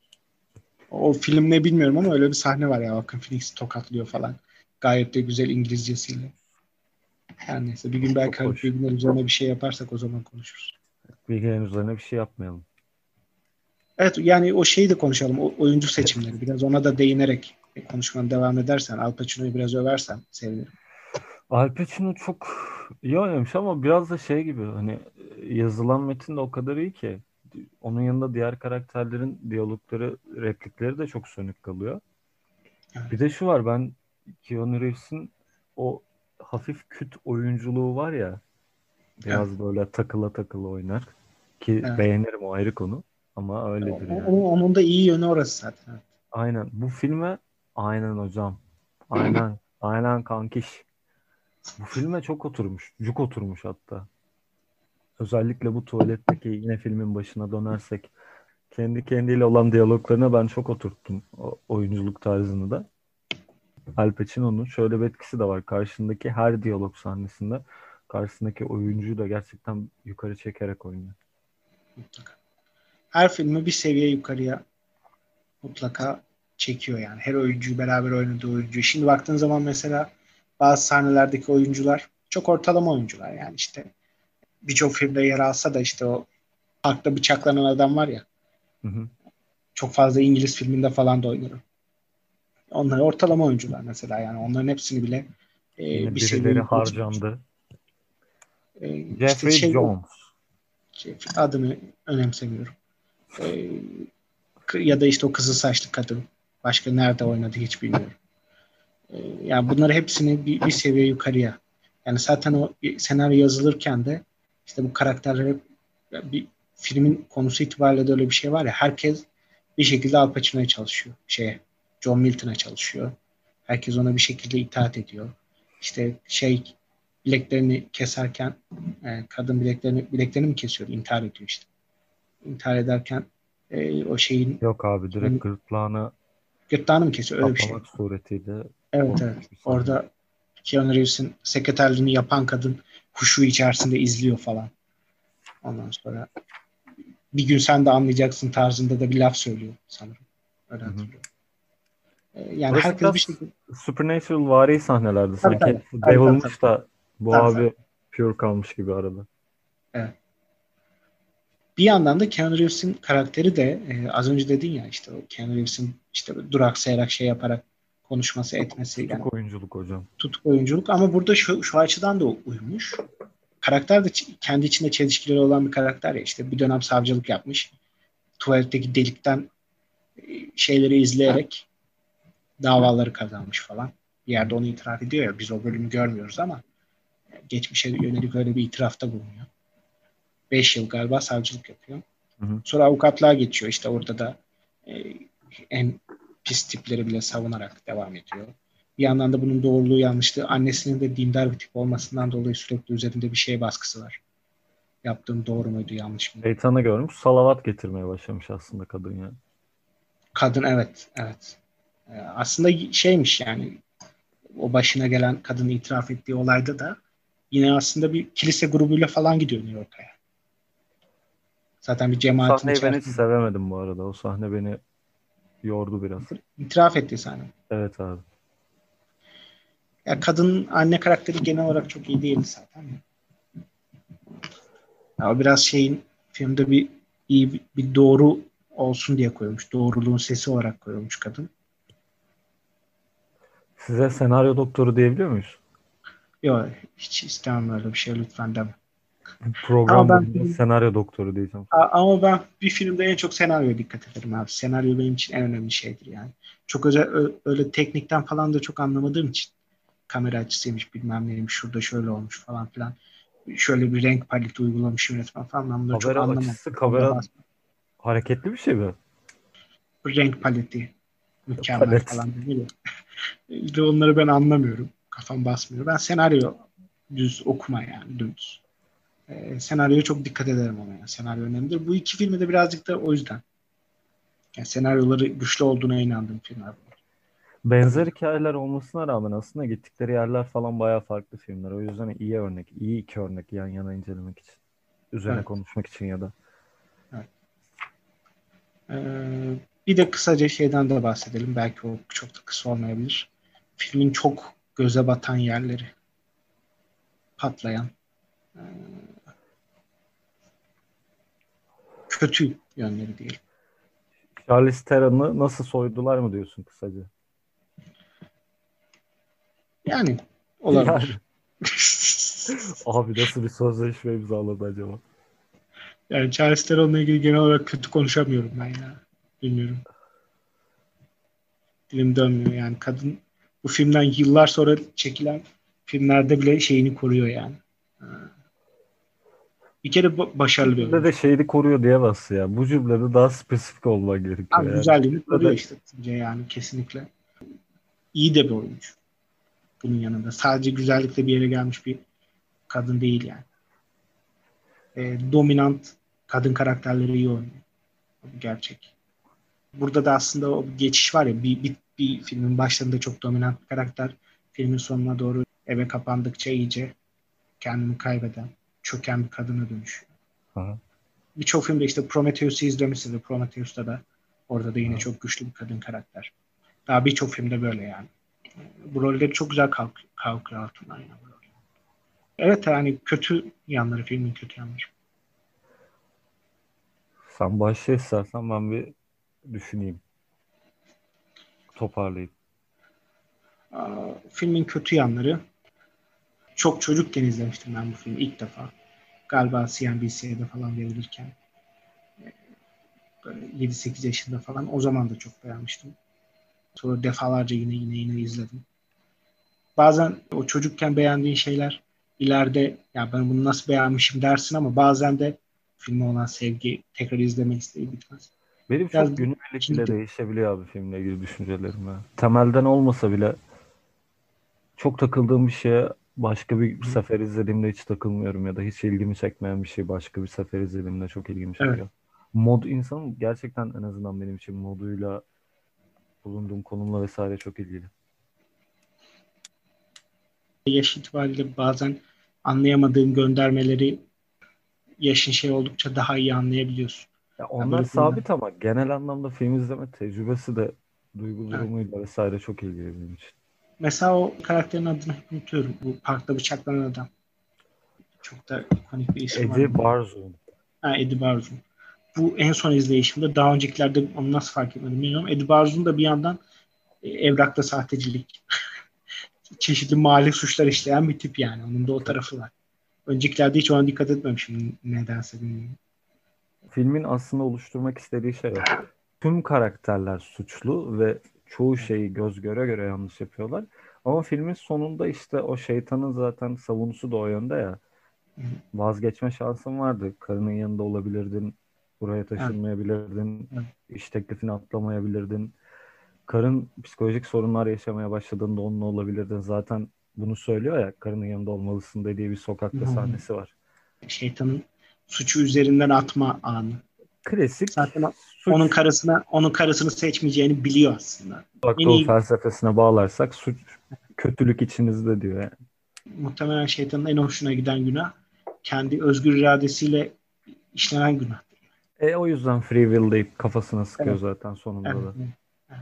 O film ne bilmiyorum ama öyle bir sahne var ya. Joaquin Phoenix'i tokatlıyor falan. Gayet de güzel İngilizcesiyle. Her neyse bir gün belki Çok Haluk hoş. Bilginer üzerine bir şey yaparsak o zaman konuşuruz. Bilgilerin üzerine bir şey yapmayalım. Evet yani o şeyi de konuşalım. O oyuncu seçimleri. Biraz ona da değinerek konuşmana devam edersen, Al Pacino'yu biraz översen sevinirim. Al Pacino çok iyi oynamış ama biraz da şey gibi hani yazılan metin de o kadar iyi ki onun yanında diğer karakterlerin diyalogları, replikleri de çok sönük kalıyor. Evet. Bir de şu var ben Keanu Reeves'in o hafif küt oyunculuğu var ya Evet. biraz böyle takıla takıla oynar ki Evet. beğenirim o ayrı konu ama O- öyledir yani. Onun, onun da iyi yönü orası zaten. Evet. Aynen bu filme aynen hocam aynen aynen kankiş bu filme çok oturmuş cuk oturmuş hatta. Özellikle bu tuvaletteki yine filmin başına dönersek kendi kendiyle olan diyaloglarına ben çok oturttum o oyunculuk tarzını da. Al Pacino'nun şöyle bir etkisi de var. Karşındaki her diyalog sahnesinde karşısındaki oyuncuyu da gerçekten yukarı çekerek oynuyor. Mutlaka. Her filmi bir seviye yukarıya mutlaka çekiyor yani. Her oyuncuyu beraber oynadığı oyuncu. Şimdi baktığın zaman mesela bazı sahnelerdeki oyuncular çok ortalama oyuncular yani işte birçok filmde yer alsa da işte o parkta bıçaklanan adam var ya Hı hı. çok fazla İngiliz filminde falan da oynuyor. Onlar ortalama oyuncular mesela yani onların hepsini bile e, bir Yine seviye birileri yukarı çıkmış. harcandı. E, işte Jeffrey şey, Jones. şey adını önemsemiyorum. E, ya da işte o kızıl saçlı kadın. Başka nerede oynadı hiç bilmiyorum. E, yani bunları hepsini bir, bir seviye yukarıya. Yani zaten o senaryo yazılırken de işte bu karakterler hep bir filmin konusu itibariyle de öyle bir şey var ya herkes bir şekilde Al Pacino'ya çalışıyor. Şeye, John Milton'a çalışıyor. Herkes ona bir şekilde itaat ediyor. İşte şey bileklerini keserken e, kadın bileklerini bileklerini mi kesiyor? İntihar ediyor işte. İntihar ederken e, o şeyin Yok abi direkt gırtlağını gırtlağını mı kesiyor? Öyle bir şey. kaplamak suretiyle Evet evet. korkunç bir sahne. Orada Keanu Reeves'in sekreterliğini yapan kadın huşu içerisinde izliyor falan. Ondan sonra bir gün sen de anlayacaksın tarzında da bir laf söylüyor sanırım. Öyle Hı hı. hatırlıyorum. Ee, yani Burası herkes bir biraz şekilde Supernatural vari sahnelerdi. tabii Sanki tabii. hepsi Tabii tabii tabii. devilmiş da bu Tabii, tabii. abi pure kalmış gibi arada. Evet. Bir yandan da Keanu Reeves'in karakteri de e, az önce dedin ya işte o Keanu Reeves'in işte duraksayarak şey yaparak konuşması etmesi yani Tutuk oyunculuk hocam. tutuk oyunculuk ama burada şu, şu açıdan da uymuş. Karakter de kendi içinde çelişkileri olan bir karakter ya işte bir dönem savcılık yapmış. Tuvaletteki delikten şeyleri izleyerek davaları kazanmış falan. Bir yerde onu itiraf ediyor ya biz o bölümü görmüyoruz ama geçmişe yönelik öyle bir itirafta bulunuyor. Beş yıl galiba savcılık yapıyor. Hı hı. Sonra avukatlığa geçiyor. İşte orada da e, en pis tipleri bile savunarak devam ediyor. Bir yandan da bunun doğruluğu yanlışlığı annesinin de dindar bir tip olmasından dolayı sürekli üzerinde bir şey baskısı var. Yaptığım doğru muydu yanlış mıydı? Şeytanı görmüş salavat getirmeye başlamış aslında kadın ya. Kadın evet evet. Ee, aslında şeymiş yani o başına gelen kadının itiraf ettiği olayda da yine aslında bir kilise grubuyla falan gidiyor New York'a. Zaten bir cemaatin Sahneyi ben hiç içerisinde. sevemedim bu arada. O sahne beni yordu biraz. İtiraf ettiği sahne. Evet abi. Ya kadın anne karakteri genel olarak çok iyi değildi zaten. Ya o biraz şeyin filmde bir iyi bir, bir doğru olsun diye koymuş. Doğruluğun sesi olarak koymuş kadın. Size senaryo doktoru diyebiliyor muyuz? Yok hiç istemem öyle bir şey lütfen deme. Ama Program ben boyunca film, senaryo doktoru diyeceğim. a- ama ben bir filmde en çok senaryoya dikkat ederim abi. Senaryo benim için en önemli şeydir yani. Çok özel ö- öyle teknikten falan da çok anlamadığım için kamera açısıymış bilmem neymiş şurada şöyle olmuş falan filan. Şöyle bir renk paleti uygulamış yönetmen falan. Ben bunları çok Kamera anlamadım. açısı, Onda kamera hareketli bir şey mi? renk paleti mükemmel Palet. falan değil mi? İşte onları ben anlamıyorum. Kafam basmıyor. Ben senaryo düz okuma yani dümdüz. Ee, senaryoya çok dikkat ederim ona. Yani. Senaryo önemlidir. Bu iki filmi de birazcık da o yüzden. Yani senaryoları güçlü olduğuna inandığım filmler. Benzer hikayeler olmasına rağmen aslında gittikleri yerler falan bayağı farklı filmler. O yüzden iyi örnek, iyi iki örnek yan yana incelemek için. Üzerine Evet. konuşmak için ya da. Evet. Ee, bir de kısaca şeyden de bahsedelim. Belki o çok da kısa olmayabilir. Filmin çok göze batan yerleri. Patlayan. E, kötü yönleri diyelim. Charlize Theron'ı nasıl soydular mı diyorsun kısaca? Yani Yani olabilir. abi nasıl bir sözleşme imzaladı acaba? Yani Charlize Theron'la ilgili genel olarak kötü konuşamıyorum ben ya. Bilmiyorum. Dilim dönmüyor yani. Kadın bu filmden yıllar sonra çekilen filmlerde bile şeyini koruyor yani. Bir kere ba- Bu başarılı bir cümlede oyuncu. şeyini koruyor diyemezsin ya. Bu cümlede daha spesifik olman Abi gerekiyor yani. güzelliğini koruyor Cümlede işte bence yani kesinlikle. İyi de bir oyuncu. Bunun yanında. Sadece güzellikle bir yere gelmiş bir kadın değil yani. E, dominant kadın karakterleri iyi oynuyor. Bu gerçek. Burada da aslında o geçiş var ya bir, bir, bir filmin başlarında çok dominant bir karakter filmin sonuna doğru eve kapandıkça iyice kendini kaybeden, çöken bir kadına dönüşüyor. Aha, Birçok filmde işte Prometheus'u izlemişsinizdir. Prometheus'ta da orada da yine aha. çok güçlü bir kadın karakter. Daha birçok filmde böyle yani. Bu rolleri çok güzel kalk kalkıyor altından yani. Evet yani kötü yanları, filmin kötü yanları. Sen başla istersen ben bir düşüneyim. Toparlayayım. Aa, filmin kötü yanları çok çocukken izlemiştim ben bu filmi ilk defa. Galiba C N B C'de falan verilirken. Böyle yedi sekiz yaşında falan. O zaman da çok beğenmiştim. Sonra defalarca yine yine yine izledim. Bazen o çocukken beğendiğin şeyler ileride ya ben bunu nasıl beğenmişim dersin ama bazen de filme olan sevgi tekrar izleme isteği bitmez. Benim Biraz çok günübirlik bile ikinci değişebiliyor abi filmle ilgili düşüncelerim ya. Temelden olmasa bile çok takıldığım bir şeye başka bir sefer izlediğimde hiç takılmıyorum ya da hiç ilgimi çekmeyen bir şey başka bir sefer izlediğimde çok ilgimi evet. çekiyor. Mod insanın gerçekten en azından benim için moduyla bulunduğum konumla vesaire çok ilgili. Yaş itibariyle bazen anlayamadığın göndermeleri yaşın şey oldukça daha iyi anlayabiliyorsun. Ya Ya onlar böyle bunlar. sabit ama genel anlamda film izleme tecrübesi de duygu Evet. durumuyla vesaire çok ilgili benim için. Mesela o karakterin adını hep unutuyorum. Bu parkta bıçaklanan adam. Çok da ikonik bir isim var Eddie onun. Barzun. Ha, Eddie Barzun. Bu en son izleyişimde daha öncekilerde onu nasıl fark etmedim bilmiyorum. Eddie Barzun da bir yandan e, evrakta sahtecilik, çeşitli mali suçlar işleyen bir tip yani. Onun da o tarafı var. Öncekilerde hiç ona dikkat etmemişim nedense bilmiyorum. Filmin aslında oluşturmak istediği şey o. Tüm karakterler suçlu ve çoğu şeyi göz göre göre yanlış yapıyorlar. Ama filmin sonunda işte o şeytanın zaten savunusu da o yönde ya. Vazgeçme şansın vardı. Karının yanında olabilirdin. Buraya Evet, taşınmayabilirdin. evet. İş teklifini atlamayabilirdin. Karın psikolojik sorunlar yaşamaya başladığında onunla olabilirdin. Zaten bunu söylüyor ya, karının yanında olmalısın dediği bir sokakta sahnesi var. Şeytanın suçu üzerinden atma anı. Klasik Zaten onun suç. karısına onun karısını seçmeyeceğini biliyor aslında. En Uzak Doğu iyi felsefesine bağlarsak suç kötülük içinizde diyor yani. Muhtemelen şeytanın en hoşuna giden günah kendi özgür iradesiyle işlenen günah. E o yüzden free will deyip kafasına sıkıyor Evet. zaten sonunda Evet. da. Evet.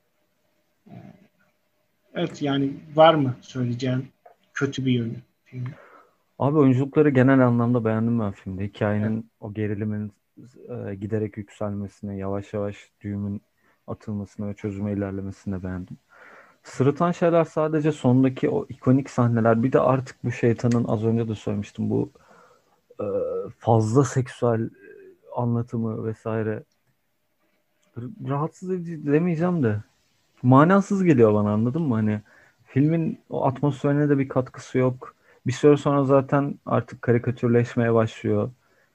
Evet, yani var mı söyleyeceğin kötü bir yönü filmin? Abi oyunculukları genel anlamda beğendim ben filmde. Evet. Hikayenin o gerilimin e, giderek yükselmesini, yavaş yavaş düğümün atılmasını ve çözüme ilerlemesini de beğendim. Sırıtan şeyler sadece sondaki o ikonik sahneler. Bir de artık bu şeytanın az önce de söylemiştim bu e, fazla seksüel anlatımı vesaire rahatsız edici demeyeceğim de manasız geliyor bana, anladın mı? Hani filmin o atmosferine de bir katkısı yok. Bir süre sonra zaten artık karikatürleşmeye başlıyor.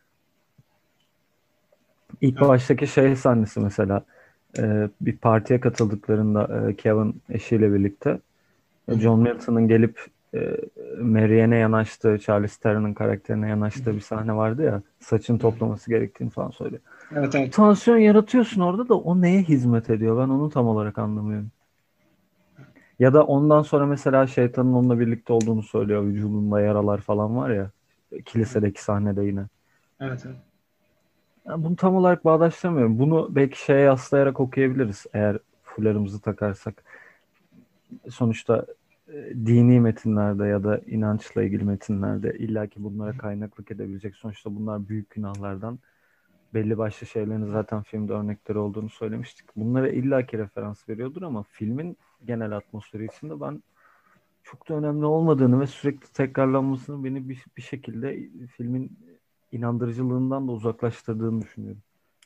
İlk Evet. baştaki şey sahnesi mesela e, bir partiye katıldıklarında e, Kevin eşiyle birlikte Hı hı. John Milton'ın gelip e, Marianne'e yanaştığı, Charlize Theron'ın karakterine Hı yanaştığı hı. bir sahne vardı ya, saçını Hı hı. toplaması gerektiğini falan söylüyor. Evet, evet. Tansiyon yaratıyorsun orada da o neye hizmet ediyor? Ben onu tam olarak anlamıyorum. Ya da ondan sonra mesela şeytanın onunla birlikte olduğunu söylüyor. Vücudunda yaralar falan var ya. Kilisedeki sahnede yine. Evet, evet. Yani bunu tam olarak bağdaştıramıyorum. Bunu belki şeye yaslayarak okuyabiliriz eğer fularımızı takarsak. Sonuçta e, dini metinlerde ya da inançla ilgili metinlerde illaki bunlara kaynaklık edebilecek. Sonuçta bunlar büyük günahlardan belli başlı şeylerin zaten filmde örnekleri olduğunu söylemiştik. Bunlara illaki referans veriyordur ama filmin genel atmosferi içinde ben çok da önemli olmadığını ve sürekli tekrarlanmasının beni bir, bir şekilde filmin inandırıcılığından da uzaklaştırdığını düşünüyorum.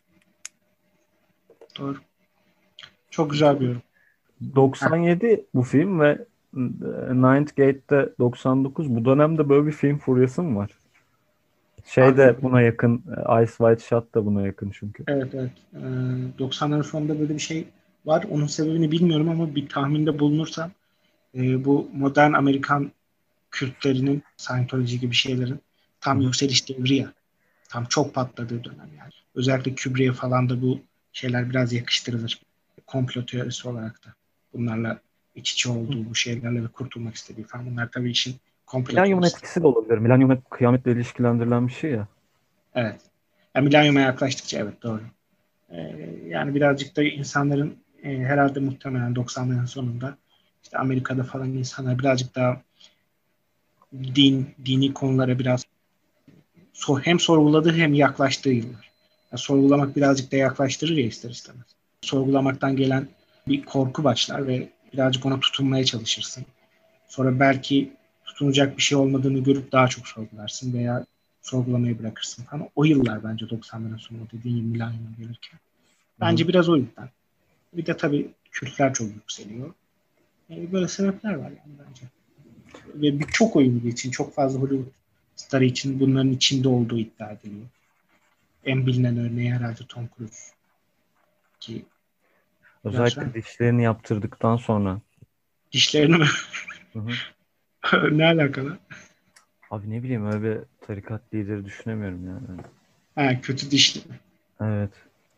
Doğru. Çok güzel bir yorum. Heh. doksan yedi bu film ve e, Ninth Gate'de doksan dokuz. Bu dönemde böyle bir film furyası mı var? Şey Abi, de buna yakın. e, Ice White Shot da buna yakın çünkü. evet, evet. Ee, doksanların sonunda böyle bir şey var. Onun sebebini bilmiyorum ama bir tahminde bulunursam e, bu modern Amerikan kültlerinin Scientology gibi şeylerin Hı tam hı. yükseliş devri ya. Tam çok patladığı dönem yani. Özellikle Kubrick'e falan da bu şeyler biraz yakıştırılır. Komplo teorisi olarak da. Bunlarla iç içe olduğu bu şeylerle ve kurtulmak istediği falan. Bunlar tabii işin komplo Milenyumun teorisi. etkisi de olabilir. Milenyum hep kıyametle ilişkilendirilen bir şey ya. Evet. Yani milenyuma yaklaştıkça evet, doğru. Ee, yani birazcık da insanların e, herhalde muhtemelen doksanların sonunda işte Amerika'da falan insanlar birazcık daha din, dini konulara biraz so hem sorguladığı hem yaklaştığı yıllar. Yani sorgulamak birazcık da yaklaştırır ya ister istemez. Sorgulamaktan gelen bir korku başlar ve birazcık ona tutunmaya çalışırsın. Sonra belki tutunacak bir şey olmadığını görüp daha çok sorgularsın veya sorgulamayı bırakırsın falan. O yıllar bence doksanların sonu dediğin gibi milenyuma gelirken. Hı hı. Bence biraz o yüzden. Bir de tabii kültler çok yükseliyor. Yani böyle sebepler var yani bence. Ve birçok oyuncu için, çok fazla Hollywood starı için bunların içinde olduğu iddia ediliyor. En bilinen örneği herhalde Tom Cruise. Ki biliyorsun Özellikle dişlerini yaptırdıktan sonra. dişlerini mi? Hı hı. Ne alakalı? Abi ne bileyim öyle bir tarikat lideri düşünemiyorum yani. Ha, kötü dişli. Evet.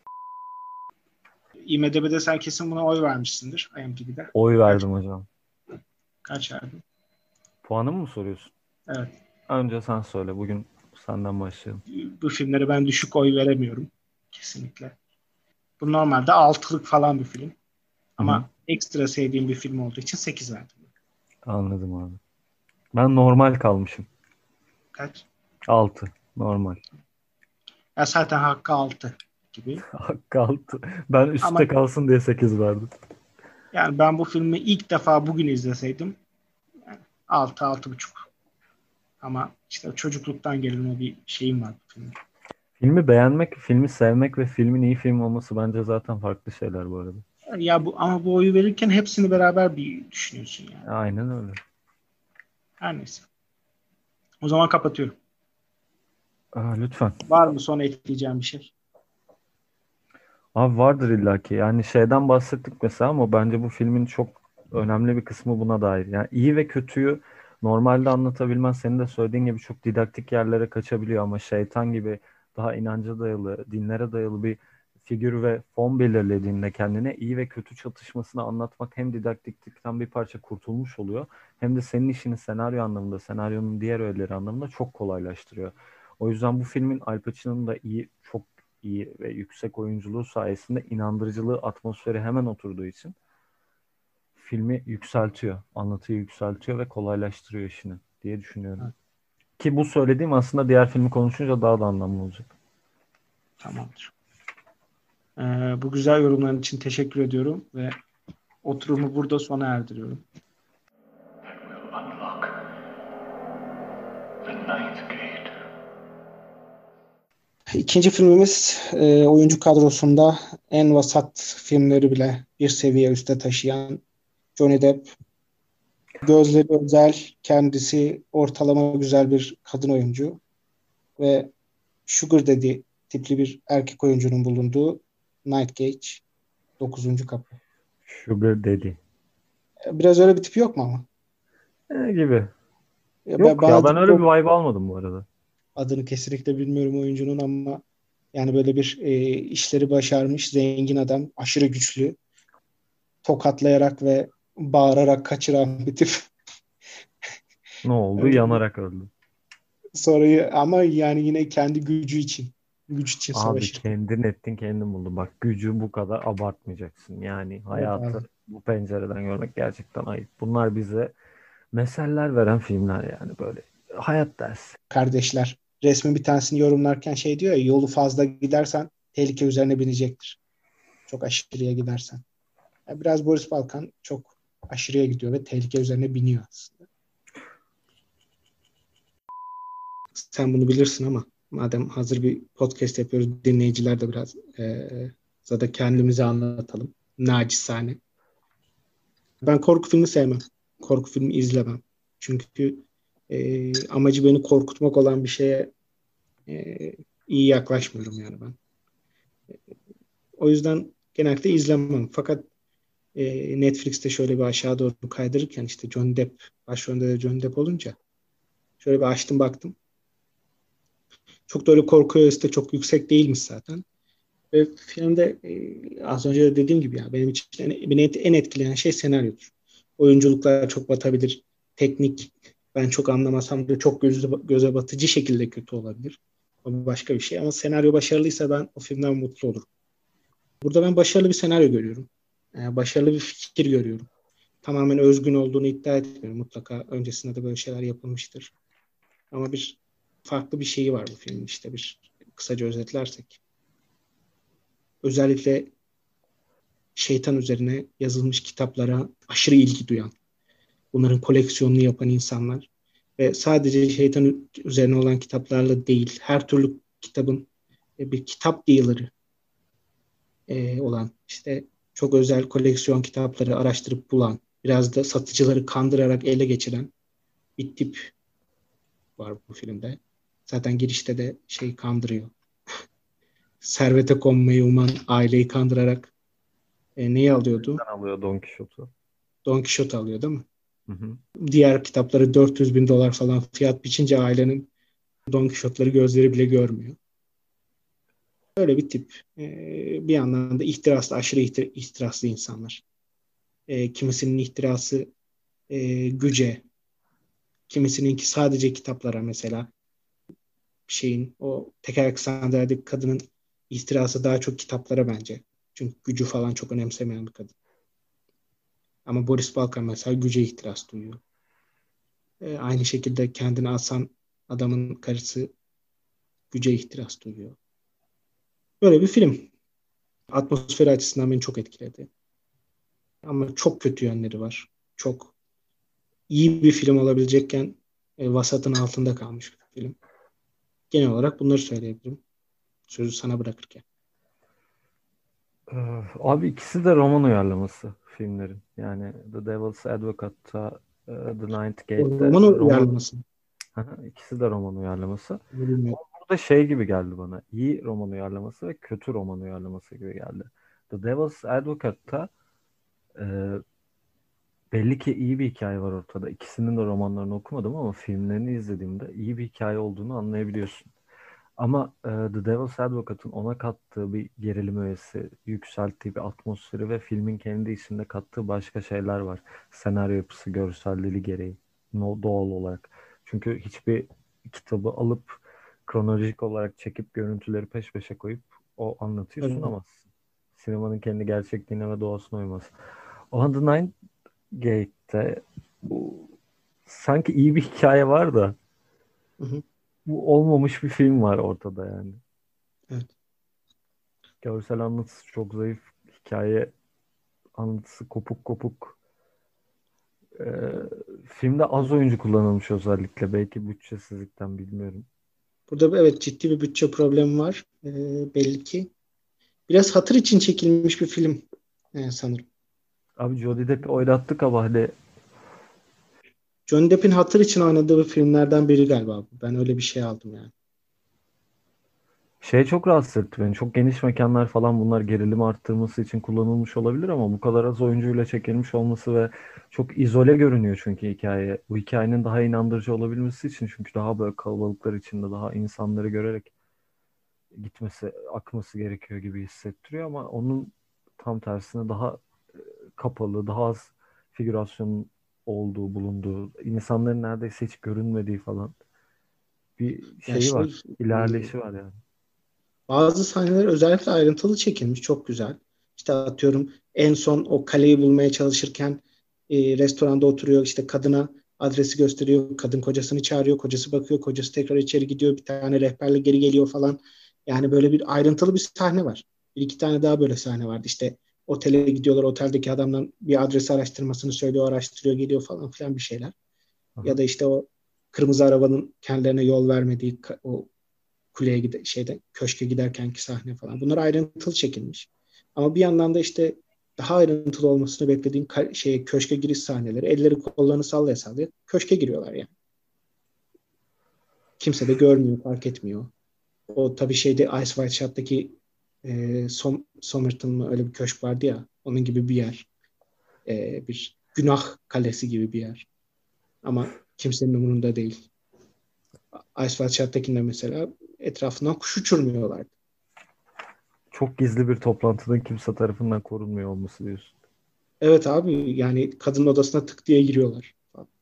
IMDb'de sen kesin buna oy vermişsindir. IMDb'de. Oy Kaç, verdim hocam. kaç verdin? Puanımı mı soruyorsun? Evet. Önce sen söyle. Bugün senden başlayalım. Bu filmlere ben düşük oy veremiyorum. Kesinlikle. Bu normalde altılık falan bir film. Hı hı. Ama ekstra sevdiğim bir film olduğu için sekiz verdim. Anladım abi. Ben normal kalmışım. Kaç? Altı. Normal. Ya zaten hakkı altı gibi. Hakkı altı. Ben Ama üstte kalsın diye sekiz verdim. yani ben bu filmi ilk defa bugün izleseydim yani altı altı buçuk. Ama işte çocukluktan gelen o bir şeyim var bu filmde. Filmi beğenmek, filmi sevmek ve filmin iyi film olması bence zaten farklı şeyler bu arada. Ya bu ama bu oyu verirken hepsini beraber bir düşünüyorsun yani. Aynen öyle. Her neyse. O zaman kapatıyorum. Aa, lütfen. Var mı son ekleyeceğim bir şey? Abi vardır illaki. Yani şeyden bahsettik mesela ama bence bu filmin çok önemli bir kısmı buna dair. Yani iyi ve kötüyü normalde anlatabilmen senin de söylediğin gibi çok didaktik yerlere kaçabiliyor ama şeytan gibi daha inanca dayalı, dinlere dayalı bir figür ve fon belirlediğinde kendine iyi ve kötü çatışmasını anlatmak hem didaktiklikten bir parça kurtulmuş oluyor hem de senin işini senaryo anlamında, senaryonun diğer öğeleri anlamında çok kolaylaştırıyor. O yüzden bu filmin Al Pacino'nun da iyi, çok iyi ve yüksek oyunculuğu sayesinde inandırıcılığı, atmosferi hemen oturduğu için filmi yükseltiyor, anlatıyı yükseltiyor ve kolaylaştırıyor işini diye düşünüyorum. Evet. Ki bu söylediğim aslında diğer filmi konuşunca daha da anlamlı olacak. Tamamdır. Ee, bu güzel yorumların için teşekkür ediyorum ve oturumu burada sona erdiriyorum. İkinci filmimiz e, oyuncu kadrosunda en vasat filmleri bile bir seviye üste taşıyan Johnny Depp. Gözleri özel, kendisi ortalama güzel bir kadın oyuncu ve Sugar Daddy tipli bir erkek oyuncunun bulunduğu Night Gage, dokuzuncu kapı. Sugar Daddy. Biraz öyle bir tipi yok mu ama? E, gibi. Ya Yok ben, ya bana ben öyle bir vibe almadım bu arada. adını kesinlikle bilmiyorum oyuncunun ama yani böyle bir e, işleri başarmış zengin adam, aşırı güçlü, tokatlayarak ve bağırarak kaçıran bir tip. Ne oldu? Öyle. Yanarak öldü. Sonra ama yani yine kendi gücü için, güç için Abi savaşır. kendin ettin kendin buldun. Bak gücü bu kadar abartmayacaksın. Yani Evet hayatı abi. bu pencereden görmek gerçekten ayıp. Bunlar bize meseller veren filmler yani böyle. Hayat dersi. Kardeşler. Resmin bir tanesini yorumlarken şey diyor ya, yolu fazla gidersen tehlike üzerine binecektir. Çok aşırıya gidersen. Yani biraz Boris Balkan çok aşırıya gidiyor ve tehlike üzerine biniyor aslında. Sen bunu bilirsin ama madem hazır bir podcast yapıyoruz, dinleyiciler de biraz e, zaten kendimizi anlatalım. Nacizane. Ben korku filmi sevmem. Korku filmi izlemem. Çünkü e, amacı beni korkutmak olan bir şeye e, iyi yaklaşmıyorum yani ben. O yüzden genellikle izlemem. Fakat e, Netflix'te şöyle bir aşağı doğru kaydırırken işte Johnny Depp, başrolünde de Johnny Depp olunca şöyle bir açtım baktım. Çok da öyle korku öğesi de çok yüksek değilmiş zaten. Ve filmde e, az önce de dediğim gibi ya benim için en, beni en etkileyen şey senaryodur. Oyunculuklar çok batabilir. Teknik ben çok anlamasam da çok göze, göze batıcı şekilde kötü olabilir. O başka bir şey ama senaryo başarılıysa ben o filmden mutlu olurum. Burada ben başarılı bir senaryo görüyorum. E, başarılı bir fikir görüyorum. Tamamen özgün olduğunu iddia etmiyorum. Mutlaka öncesinde de böyle şeyler yapılmıştır. Ama bir farklı bir şeyi var bu filmin işte bir kısaca özetlersek. Özellikle şeytan üzerine yazılmış kitaplara aşırı ilgi duyan, bunların koleksiyonunu yapan insanlar ve sadece şeytan üzerine olan kitaplarla değil, her türlü kitabın bir kitap dealer'ı e, olan, işte çok özel koleksiyon kitapları araştırıp bulan, biraz da satıcıları kandırarak ele geçiren bir tip var bu filmde. Zaten girişte de şey kandırıyor. Servete konmayı uman aileyi kandırarak e, neyi alıyordu? Nereden alıyor Don Quixote'u? Don Quixote alıyor değil mi? Hı hı. Diğer kitapları dört yüz bin dolar falan fiyat biçince ailenin Don Quixote'ları gözleri bile görmüyor. Böyle bir tip. Ee, bir yandan da ihtiraslı, aşırı ihtir- ihtiraslı insanlar. Ee, kimisinin ihtirası e, güce, kimisininki sadece kitaplara mesela şeyin o tekerlekli sandalyedeki kadının ihtirası daha çok kitaplara bence. Çünkü gücü falan çok önemsemeyen bir kadın. Ama Boris Balkan mesela güce ihtiras duyuyor. Ee, aynı şekilde kendini asan adamın karısı güce ihtiras duyuyor. Böyle bir film. Atmosferi açısından beni çok etkiledi. Ama çok kötü yönleri var. Çok iyi bir film olabilecekken e, vasatın altında kalmış bir film. Genel olarak bunları söyleyebilirim. Sözü sana bırakırken. Ee, Abi ikisi de roman uyarlaması filmlerin. Yani The Devil's Advocate'ta, e, The Ninth O Gate'te roman roman. uyarlaması. Aha, ikisi de roman uyarlaması. Bunu bilmiyorum. Burada şey gibi geldi bana. İyi roman uyarlaması ve kötü roman uyarlaması gibi geldi. The Devil's Advocate'ta e, belli ki iyi bir hikaye var ortada. İkisinin de romanlarını okumadım ama filmlerini izlediğimde iyi bir hikaye olduğunu anlayabiliyorsun. Ama e, The Devil's Advocate'ın ona kattığı bir gerilim öğesi, yükselttiği bir atmosferi ve filmin kendi içinde kattığı başka şeyler var. Senaryo yapısı, görselliliği gereği. No, doğal olarak. Çünkü hiçbir kitabı alıp kronolojik olarak çekip görüntüleri peş peşe koyup o anlatıyı Evet. sunamazsın. Sinemanın kendi gerçekliğine ve doğasına uymaz. On the Nine Gate'te bu, sanki iyi bir hikaye var da Hı hı. bu olmamış bir film var ortada yani. Evet. Görsel anlatısı çok zayıf. Hikaye anlatısı kopuk kopuk. Ee, filmde az oyuncu kullanılmış özellikle. Belki bütçesizlikten bilmiyorum. Burada evet ciddi bir bütçe problemi var. Ee, belli ki. Biraz hatır için çekilmiş bir film e, sanırım. Abi Johnny Depp'i oynattık ama hani Johnny Depp'in hatır için oynadığı bir filmlerden biri galiba bu. Ben öyle bir şey aldım yani. şey çok rahatsız etti beni. Çok geniş mekanlar falan bunlar gerilimi arttırması için kullanılmış olabilir ama bu kadar az oyuncuyla çekilmiş olması ve çok izole görünüyor çünkü hikaye. Bu hikayenin daha inandırıcı olabilmesi için çünkü daha böyle kalabalıklar içinde daha insanları görerek gitmesi, akması gerekiyor gibi hissettiriyor ama onun tam tersine daha e, kapalı, daha az figürasyon olduğu, bulunduğu, insanların neredeyse hiç görünmediği falan bir Ya şeyi şey var. e, İlerleyişi var yani. bazı sahneler özellikle ayrıntılı çekilmiş. Çok güzel. İşte atıyorum en son o kaleyi bulmaya çalışırken e, restoranda oturuyor. İşte kadına adresi gösteriyor. Kadın kocasını çağırıyor. Kocası bakıyor. Kocası tekrar içeri gidiyor. Bir tane rehberle geri geliyor falan. Yani böyle bir ayrıntılı bir sahne var. Bir iki tane daha böyle sahne vardı. İşte otele gidiyorlar. Oteldeki adamdan bir adresi araştırmasını söylüyor. Araştırıyor geliyor falan filan bir şeyler. Ya Aha. da işte o kırmızı arabanın kendilerine yol vermediği o kuleye gide şeyde köşke giderkenki sahne falan. Bunlar ayrıntılı çekilmiş. Ama bir yandan da işte daha ayrıntılı olmasını beklediğin ka- şeye köşke giriş sahneleri. Elleri kollarını sallaya sallaya köşke giriyorlar yani. Kimse de görmüyor, fark etmiyor. O tabii şeyde Ice White Shot'taki e, Som Somerton mı öyle bir köşk vardı ya. Onun gibi bir yer. E, bir günah kalesi gibi bir yer. Ama kimsenin umurunda değil. Ice White Shot'takinde mesela etrafından kuş uçurmuyorlardı. Çok gizli bir toplantının kimse tarafından korunmuyor olması diyorsun. Evet abi yani kadın odasına tık diye giriyorlar.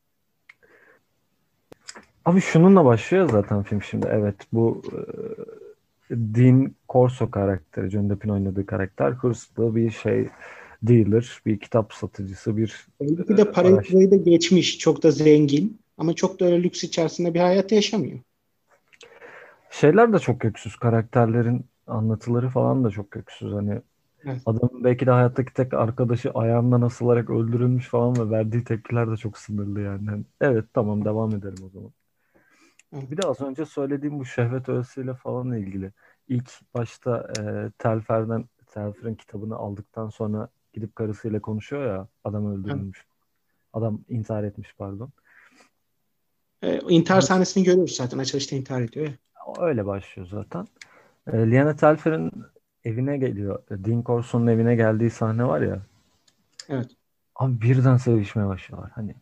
Abi şununla başlıyor zaten film şimdi. Evet bu e, Dean Corso karakteri, Johnny Depp'in oynadığı karakter hırslı bir şey dealer, bir kitap satıcısı, bir Belki e, de parayı araç. parayı da geçmiş. Çok da zengin. Ama çok da öyle lüks içerisinde bir hayat yaşamıyor. Şeyler de çok köksüz. Karakterlerin anlatıları falan da çok köksüz. Hani Evet. adamın belki de hayattaki tek arkadaşı ayağından asılarak öldürülmüş falan ve verdiği tepkiler de çok sınırlı yani. Hani, evet tamam devam edelim o zaman. Evet. Bir de az önce söylediğim bu şehvet öğesiyle falan ilgili. İlk başta e, Telfer'den Telfer'in kitabını aldıktan sonra gidip karısıyla konuşuyor ya adam Evet. öldürülmüş. Adam intihar etmiş pardon. Ee, intihar Baş, sahnesini görüyoruz zaten. Açılışta intihar ediyor ya. öyle başlıyor zaten. E, Lyanna Telfer'in evine geliyor. E, Dean Corso'nun evine geldiği sahne var ya. Evet. Abi birden sevişmeye başlıyorlar. Hani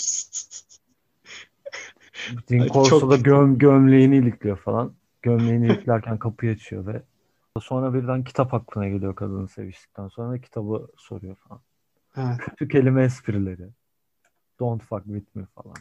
Dean Ay, Corso çok da göm, gömleğini ilikliyor falan. Gömleğini iliklerken kapıyı açıyor ve sonra birden kitap aklına geliyor kadını seviştikten sonra ve kitabı soruyor falan. ha. Kötü kelime esprileri. Don't fuck with me falan.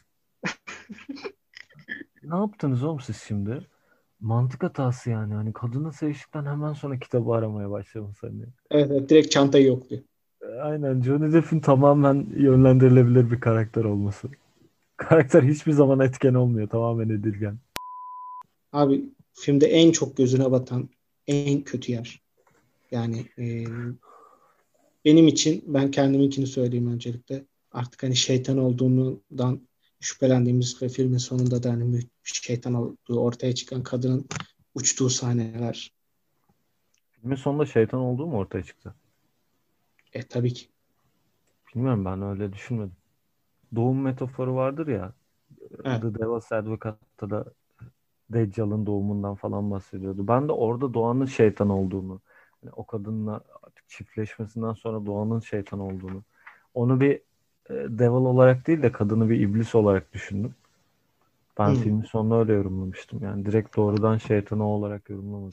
Ne yaptınız oğlum siz şimdi? Mantık hatası yani. Hani kadını seviştikten hemen sonra kitabı aramaya başlaması hani. Evet, evet, direkt çantayı yokluyor. Aynen Johnny Depp'in tamamen yönlendirilebilir bir karakter olması. Karakter hiçbir zaman etken olmuyor. Tamamen edilgen. Abi filmde en çok gözüne batan en kötü yer. Yani e, benim için ben kendiminkini söyleyeyim öncelikle. Artık hani şeytan olduğundan şüphelendiğimiz ve filmin sonunda da hani şeytan olduğu ortaya çıkan kadının uçtuğu sahneler. Filmin sonunda şeytan olduğu mu ortaya çıktı? E tabii ki. Bilmiyorum ben öyle düşünmedim. Doğum metaforu vardır ya. Evet. The Devil's Advocate'da da Deccal'ın doğumundan falan bahsediyordu. Ben de orada Doğan'ın şeytan olduğunu, yani o kadınla artık çiftleşmesinden sonra Doğan'ın şeytan olduğunu, onu bir e, devil olarak değil de kadını bir iblis olarak düşündüm. Ben Hı. filmin sonunu öyle yorumlamıştım. Yani direkt doğrudan şeytanı olarak yorumlamadım.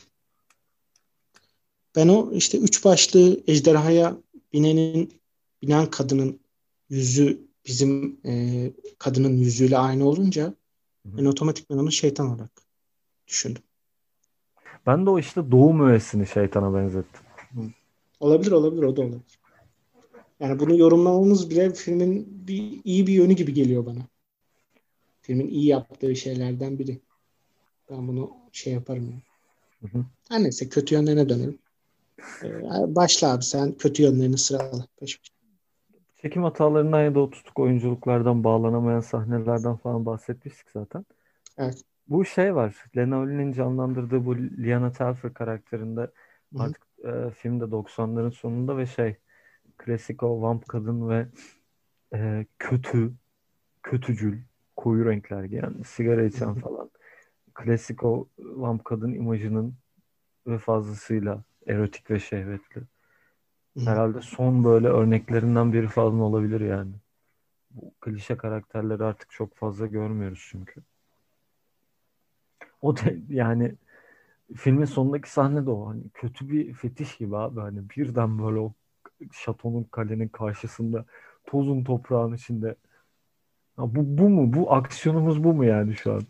Ben o işte üç başlı ejderhaya binenin binen kadının yüzü bizim e, kadının yüzüyle aynı olunca Hı hı. ben otomatikman onu şeytan olarak düşündüm. Ben de o işte doğum öğesini şeytana benzettim. Hı. Olabilir olabilir o da olabilir. Yani bunu yorumlamamız bile filmin bir iyi bir yönü gibi geliyor bana. Filmin iyi yaptığı şeylerden biri. Ben bunu şey yaparım yani. Hı hı. Her neyse kötü yönlerine dönelim. Ee, başla abi sen kötü yönlerini sırala. Peş peşe. Çekim hatalarından ya da o tutuk oyunculuklardan, bağlanamayan sahnelerden falan bahsetmiştik zaten. Evet. Bu şey var. Lena Olin'in canlandırdığı bu Lyanna Telfer karakterinde Hı hı. artık e, filmde doksanların sonunda ve şey klasik o vamp kadın ve e, kötü, kötücül, koyu renkler giyen, sigara Hı içen hı. falan. Klasik o vamp kadın imajının ve fazlasıyla erotik ve şehvetli. Hı hı. Herhalde son böyle örneklerinden biri falan olabilir yani. Bu klişe karakterleri artık çok fazla görmüyoruz çünkü. O da yani filmin sonundaki sahne de o. Hani kötü bir fetiş gibi abi. Hani birden böyle o şatonun kalenin karşısında tozun toprağın içinde. Ha, bu, bu mu? Bu aksiyonumuz bu mu yani şu an?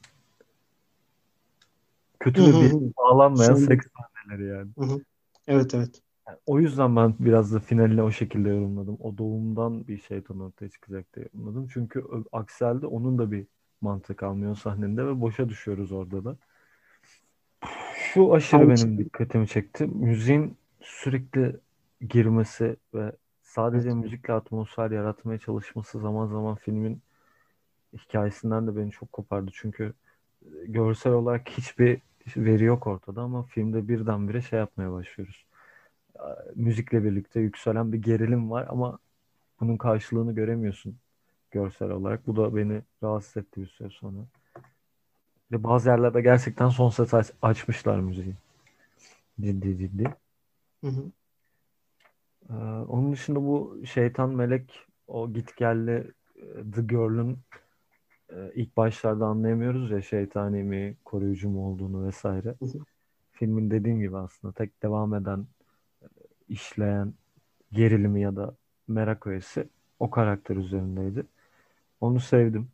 Hı Kötü hı ve bir hı. bağlanmayan Son, seks sahneleri yani. hı hı. Evet evet. Yani o yüzden ben biraz da finalini o şekilde yorumladım. O doğumdan bir şeytan ortaya çıkacak diye yorumladım. Çünkü ö- aksi halde onun da bir mantığı kalmıyor sahnede ve boşa düşüyoruz orada da. Şu aşırı Hangi? benim dikkatimi çekti. Müziğin sürekli girmesi ve sadece Evet. müzikle atmosfer yaratmaya çalışması zaman zaman filmin hikayesinden de beni çok kopardı. Çünkü görsel olarak hiçbir veri yok ortada ama filmde birdenbire şey yapmaya başlıyoruz. Müzikle birlikte yükselen bir gerilim var ama bunun karşılığını göremiyorsun görsel olarak. Bu da beni rahatsız etti bir süre sonra. Ve bazı yerlerde gerçekten son ses aç- açmışlar müziği. Ciddi ciddi. Hı hı. Ee, onun dışında bu şeytan melek o gitgelli e, The Girl'ün e, ilk başlarda anlayamıyoruz ya şeytani mi koruyucu mu olduğunu vesaire. Hı hı. Filmin dediğim gibi aslında tek devam eden işleyen gerilimi ya da merak öğesi o karakter üzerindeydi. Onu sevdim.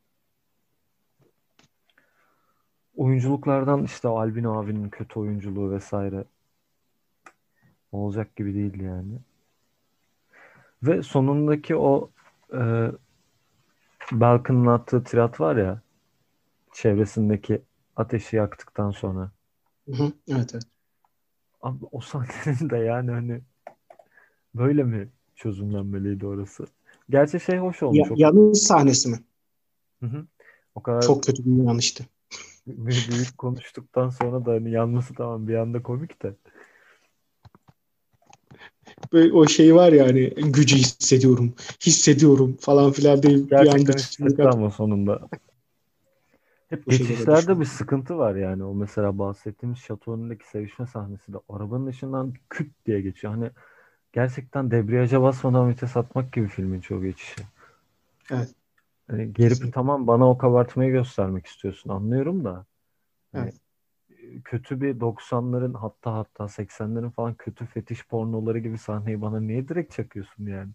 Oyunculuklardan işte o Albino abinin kötü oyunculuğu vesaire olacak gibi değildi yani. Ve sonundaki o e, Balkan'ın attığı tirat var ya çevresindeki ateşi yaktıktan sonra. Hı hı. Evet evet. Abi o sahnenin de yani hani böyle mi çözümlenmeliydi orası? Gerçi şey hoş Ya, olmuş. O, yanlış sahnesi mi? hı hı. O kadar Çok kötü bir yanlıştı. büyük, büyük konuştuktan sonra da hani yanması tamam bir anda komik de. Böyle o şey var ya hani gücü hissediyorum, hissediyorum falan filan diye bir anda Gerçekten çığlık hissetti atıp ama sonunda. Hep bu şekilde geçişlerde bir düşünüyorum. sıkıntı var yani. O mesela bahsettiğimiz şato önündeki sevişme sahnesi de arabanın içinden küt diye geçiyor. Hani gerçekten debriyaja basmadan vites atmak gibi filmin çoğu geçişi. Evet, Hani gelip kesinlikle. tamam bana o kabartmayı göstermek istiyorsun anlıyorum da hani Evet. e, kötü bir doksanların hatta hatta seksenlerin falan kötü fetiş pornoları gibi sahneyi bana niye direkt çakıyorsun yani?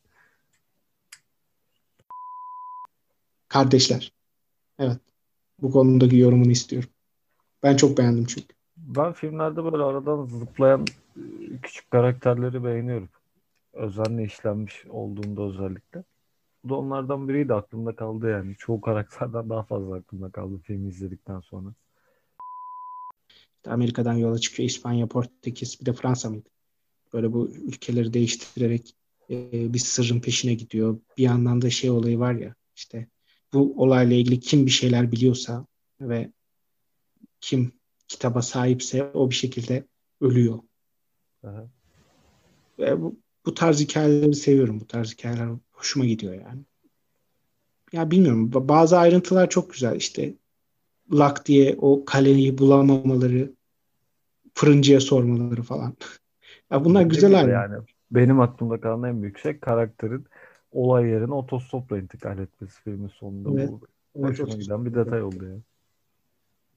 Kardeşler. Evet. Bu konudaki yorumunu istiyorum. Ben çok beğendim çünkü. Ben filmlerde böyle aradan zıplayan e, küçük karakterleri beğeniyorum. Özenle işlenmiş olduğunda özellikle. Bu da onlardan biriydi aklımda kaldı yani. Çoğu karakterden daha fazla aklımda kaldı filmi izledikten sonra. İşte Amerika'dan yola çıkıyor. İspanya, Portekiz, bir de Fransa mıydı? Böyle bu ülkeleri değiştirerek e, bir sırrın peşine gidiyor. Bir yandan da şey olayı var ya işte bu olayla ilgili kim bir şeyler biliyorsa ve kim kitaba sahipse o bir şekilde ölüyor. Aha. Ve bu, bu tarz hikayeleri seviyorum. Bu tarz hikayeler hoşuma gidiyor yani. Ya bilmiyorum. ba- Bazı ayrıntılar çok güzel. İşte lak diye o kaleyi bulamamaları, fırıncıya sormaları falan. Ya bunlar Dediğim güzel gibi ayrıntılar. yani benim aklımda kalan en büyük şey karakterin olay yerine otostopla intikal etmesi filmin sonunda. Evet. Bu Evet, hoşuma otuz. giden bir detay oldu ya.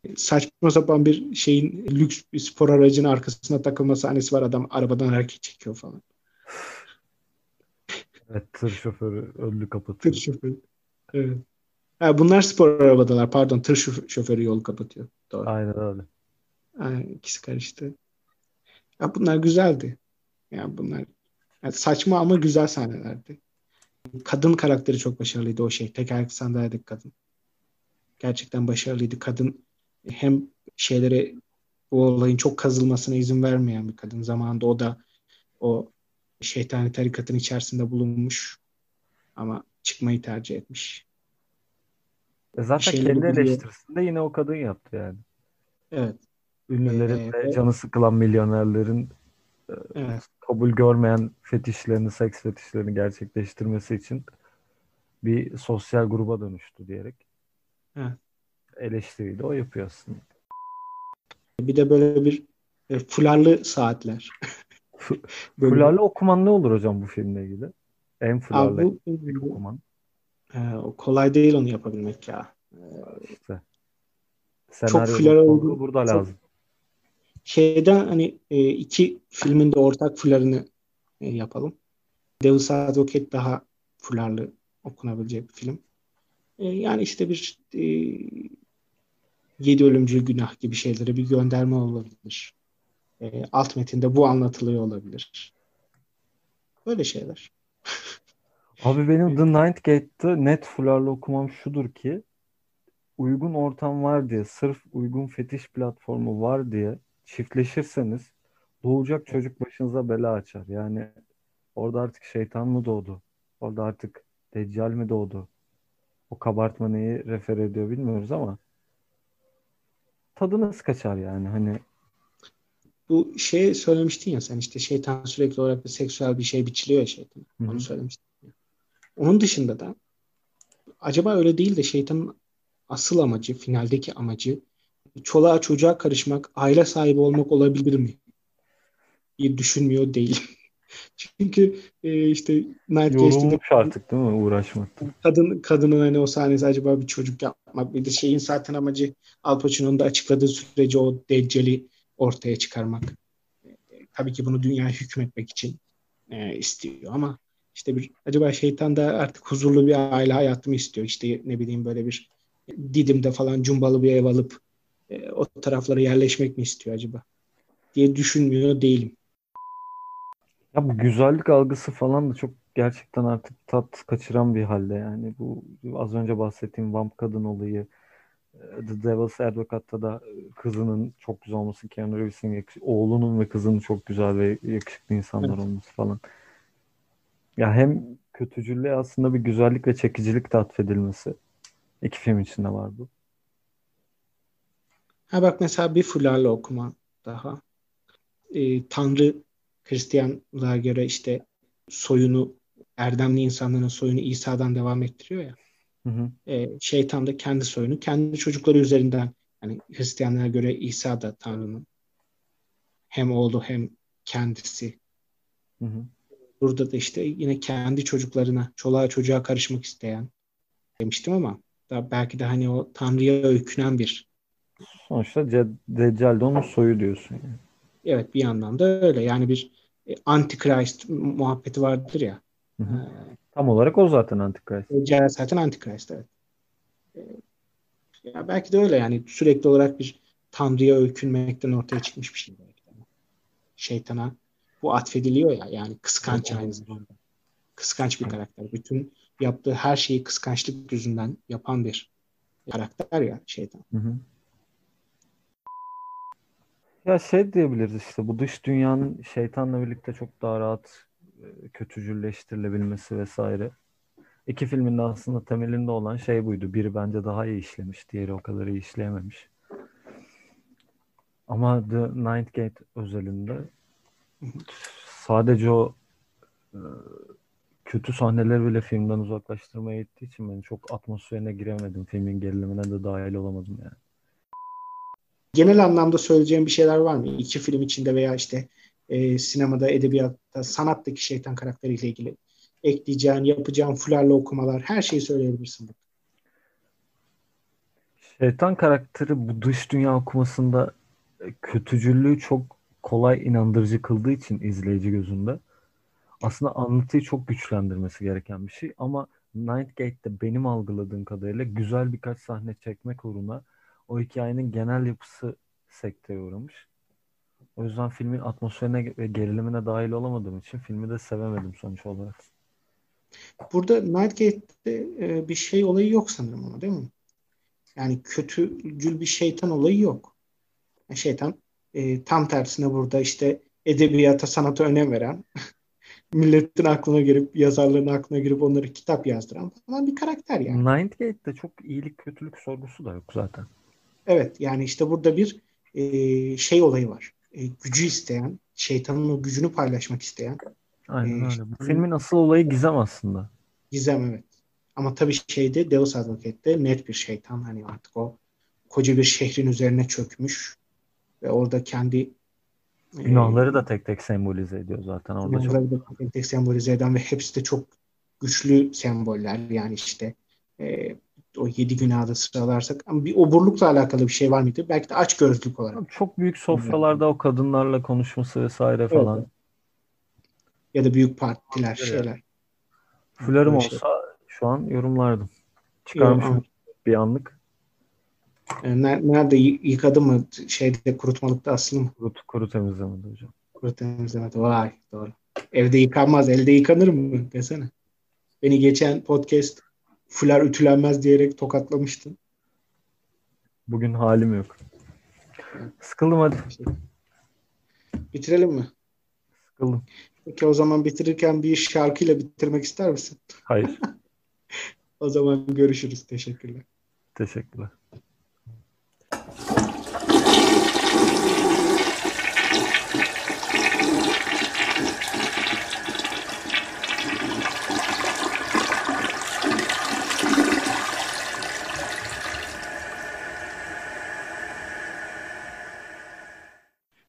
Saçma sapan bir şeyin lüks bir spor aracının arkasına takılma sahnesi var. Adam arabadan hareket çekiyor falan. Evet, tır şoförü önünü Tır kapatıyor. şoförü. Evet. Ha, bunlar spor arabadalar. Pardon, tır şoförü, şoförü yolu kapatıyor. Doğru. Aynen öyle. Aynen, ikisi karıştı. Ya bunlar güzeldi. Ya bunlar yani saçma ama güzel sahnelerdi. Kadın karakteri çok başarılıydı o şey. Tekerlekli sandalyedeki kadın. Gerçekten başarılıydı. Kadın hem şeylere bu olayın çok kazılmasına izin vermeyen bir kadın. Zamanında o da o şeytani tarikatın içerisinde bulunmuş ama çıkmayı tercih etmiş. E Bir zaten kendi şeyleri biliyor. eleştirisinde yine o kadın yaptı yani. Evet. Ünlülerin Ee, ve ve- canı sıkılan milyonerlerin evet. kabul görmeyen fetişlerini, seks fetişlerini gerçekleştirmesi için bir sosyal gruba dönüştü diyerek Evet. eleştiriyi de o yapıyor aslında. Bir de böyle bir e, fularlı saatler. F- Böyle bir, Fularla okuman ne olur hocam bu filmle ilgili? En abi fularla bu ilk okuman. e, o kolay değil onu yapabilmek ya. İşte Çok senaryonun fulara sonunu uygun, burada çok lazım. şeyden hani e, iki filmin de ortak fularını e, yapalım. Devil's Advocate daha fularlı okunabilecek bir film. E, yani işte bir e, yedi ölümcül günah gibi şeylere bir gönderme olabilir. E, alt metinde bu anlatılıyor olabilir. Böyle şeyler. Abi benim E, The Ninth Gate'te net fularla okumam şudur ki uygun ortam var diye, sırf uygun fetiş platformu var diye çiftleşirseniz doğacak çocuk başınıza bela açar. Yani orada artık şeytan mı doğdu? Orada artık deccal mi doğdu? O kabartma neyi refer ediyor bilmiyoruz ama tadınız kaçar yani. Hani Bu şey söylemiştin ya sen işte şeytan sürekli olarak bir seksüel bir şey biçiliyor ya şeytan. hı Onu hı. söylemiştin. Onun dışında da acaba öyle değil de şeytanın asıl amacı, finaldeki amacı çoluğa çocuğa karışmak, aile sahibi olmak olabilir mi diye düşünmüyor değil. Çünkü e, işte Night Gaze'de de Yorulmuş artık değil mi uğraşmaktan? kadın kadının hani o sahnesi acaba bir çocuk yapmak bir de şeyin zaten amacı Al Pacino'nun da açıkladığı sürece o Deccal'i ortaya çıkarmak. E, tabii ki bunu dünyaya hükmetmek için e, istiyor ama işte bir acaba şeytan da artık huzurlu bir aile hayatı mı istiyor? İşte ne bileyim böyle bir Didim'de falan cumbalı bir ev alıp e, o taraflara yerleşmek mi istiyor acaba diye düşünmüyor değilim. Ya bu güzellik algısı falan da çok gerçekten artık tat kaçıran bir halde yani. Bu az önce bahsettiğim vamp kadın olayı, e, The Devil's Advocate'da da e, kızının çok güzel olması, Keanu Reeves'in yakış- oğlunun ve kızının çok güzel ve yakışıklı insanlar Evet. olması falan. Ya hem kötücüllüğe aslında bir güzellik ve çekicilik de atfedilmesi. İki film içinde var bu. Ha bak mesela bir fularla okuma daha. E, Tanrı Hristiyanlığa göre işte soyunu erdemli insanların soyunu İsa'dan devam ettiriyor ya. Hı hı. E, şeytan da kendi soyunu kendi çocukları üzerinden hani Hristiyanlığa göre İsa da Tanrı'nın hem oğlu hem kendisi. Hı hı. Burada da işte yine kendi çocuklarına, çoluğa çocuğa karışmak isteyen demiştim ama da belki de hani o Tanrı'ya öykünen bir Sonuçta Ce- Deccal de onun soyu diyorsun yani. evet bir yandan da öyle yani bir e, Antichrist muhabbeti vardır ya. Hı E, hı. Tam olarak o zaten Antikrist. Deccal zaten Antichrist evet. Ya belki de öyle yani sürekli olarak bir Tanrı'ya öykünmekten ortaya çıkmış bir şey belki de. Şeytana bu atfediliyor ya yani kıskanç aynı Olabilir. zamanda. Kıskanç bir karakter. Bütün yaptığı her şeyi kıskançlık yüzünden yapan bir karakter ya şeytan. Hı hı. Ya şey diyebiliriz işte bu dış dünyanın şeytanla birlikte çok daha rahat e, kötücülleştirilebilmesi vesaire. İki filmin de aslında temelinde olan şey buydu. Biri bence daha iyi işlemiş, diğeri o kadar iyi işleyememiş. Ama The Ninth Gate özelinde sadece o e, kötü sahneler bile filmden uzaklaştırmaya gittiği için ben çok atmosferine giremedim. Filmin gerilimine de dahil olamadım yani. Genel anlamda söyleyeceğim bir şeyler var mı? İki film içinde veya işte e, sinemada, edebiyatta, sanattaki şeytan karakteriyle ilgili ekleyeceğin, yapacağın fularla okumalar, her şeyi söyleyebilirsin. Şeytan karakteri bu dış dünya okumasında e, kötücüllüğü çok kolay inandırıcı kıldığı için izleyici gözünde aslında anlatıyı çok güçlendirmesi gereken bir şey ama Ninth Gate'de benim algıladığım kadarıyla güzel birkaç sahne çekmek uğruna o hikayenin genel yapısı sekteye uğramış. O yüzden filmin atmosferine ve gerilimine dahil olamadığım için filmi de sevemedim sonuç olarak. Burada Nightgate'de e, bir şey olayı yok sanırım ama değil mi? Yani kötücül bir şeytan olayı yok. Yani şeytan e, tam tersine burada işte edebiyata, sanata önem veren, milletin aklına girip, yazarların aklına girip onları kitap yazdıran falan bir karakter yani. Ninth Gate'de çok iyilik kötülük sorgusu da yok zaten. Evet, yani işte burada bir e, şey olayı var. E, gücü isteyen, şeytanın o gücünü paylaşmak isteyen Aynen e, öyle. Bu filmin asıl olayı gizem aslında. gizem, evet. Ama tabii şeyde Deus Advocate'de net bir şeytan, hani artık o koca bir şehrin üzerine çökmüş ve orada kendi e, Günahları da tek tek sembolize ediyor zaten. Orada çok günahları da tek tek sembolize eden ve hepsi de çok güçlü semboller. Yani işte e, o yedi günahı da sıralarsak, ama bir oburlukla alakalı bir şey var mıydı? Belki de açgözlülük olarak. çok büyük sofralarda o kadınlarla konuşması vesaire Evet, falan. evet. Ya da büyük partiler, Evet. şeyler. Evet, Fularım öyle şey. olsa şu an yorumlardım. Yo, Çıkarmışım bir anlık. e, ner- nerede y- yıkadı mı şeyde, kurutmalıkta asılı mı? Kuru, kuru temizlemedi hocam. Kuru temizlemede. Vay, doğru. Evde yıkanmaz, elde yıkanır mı desene. Beni geçen podcast fular ütülenmez diyerek tokatlamıştın. Bugün halim yok. Evet, Sıkıldım hadi. şey. Bitirelim mi? Sıkıldım. Peki o zaman bitirirken bir şarkıyla bitirmek ister misin? Hayır. O zaman görüşürüz. Teşekkürler. Teşekkürler.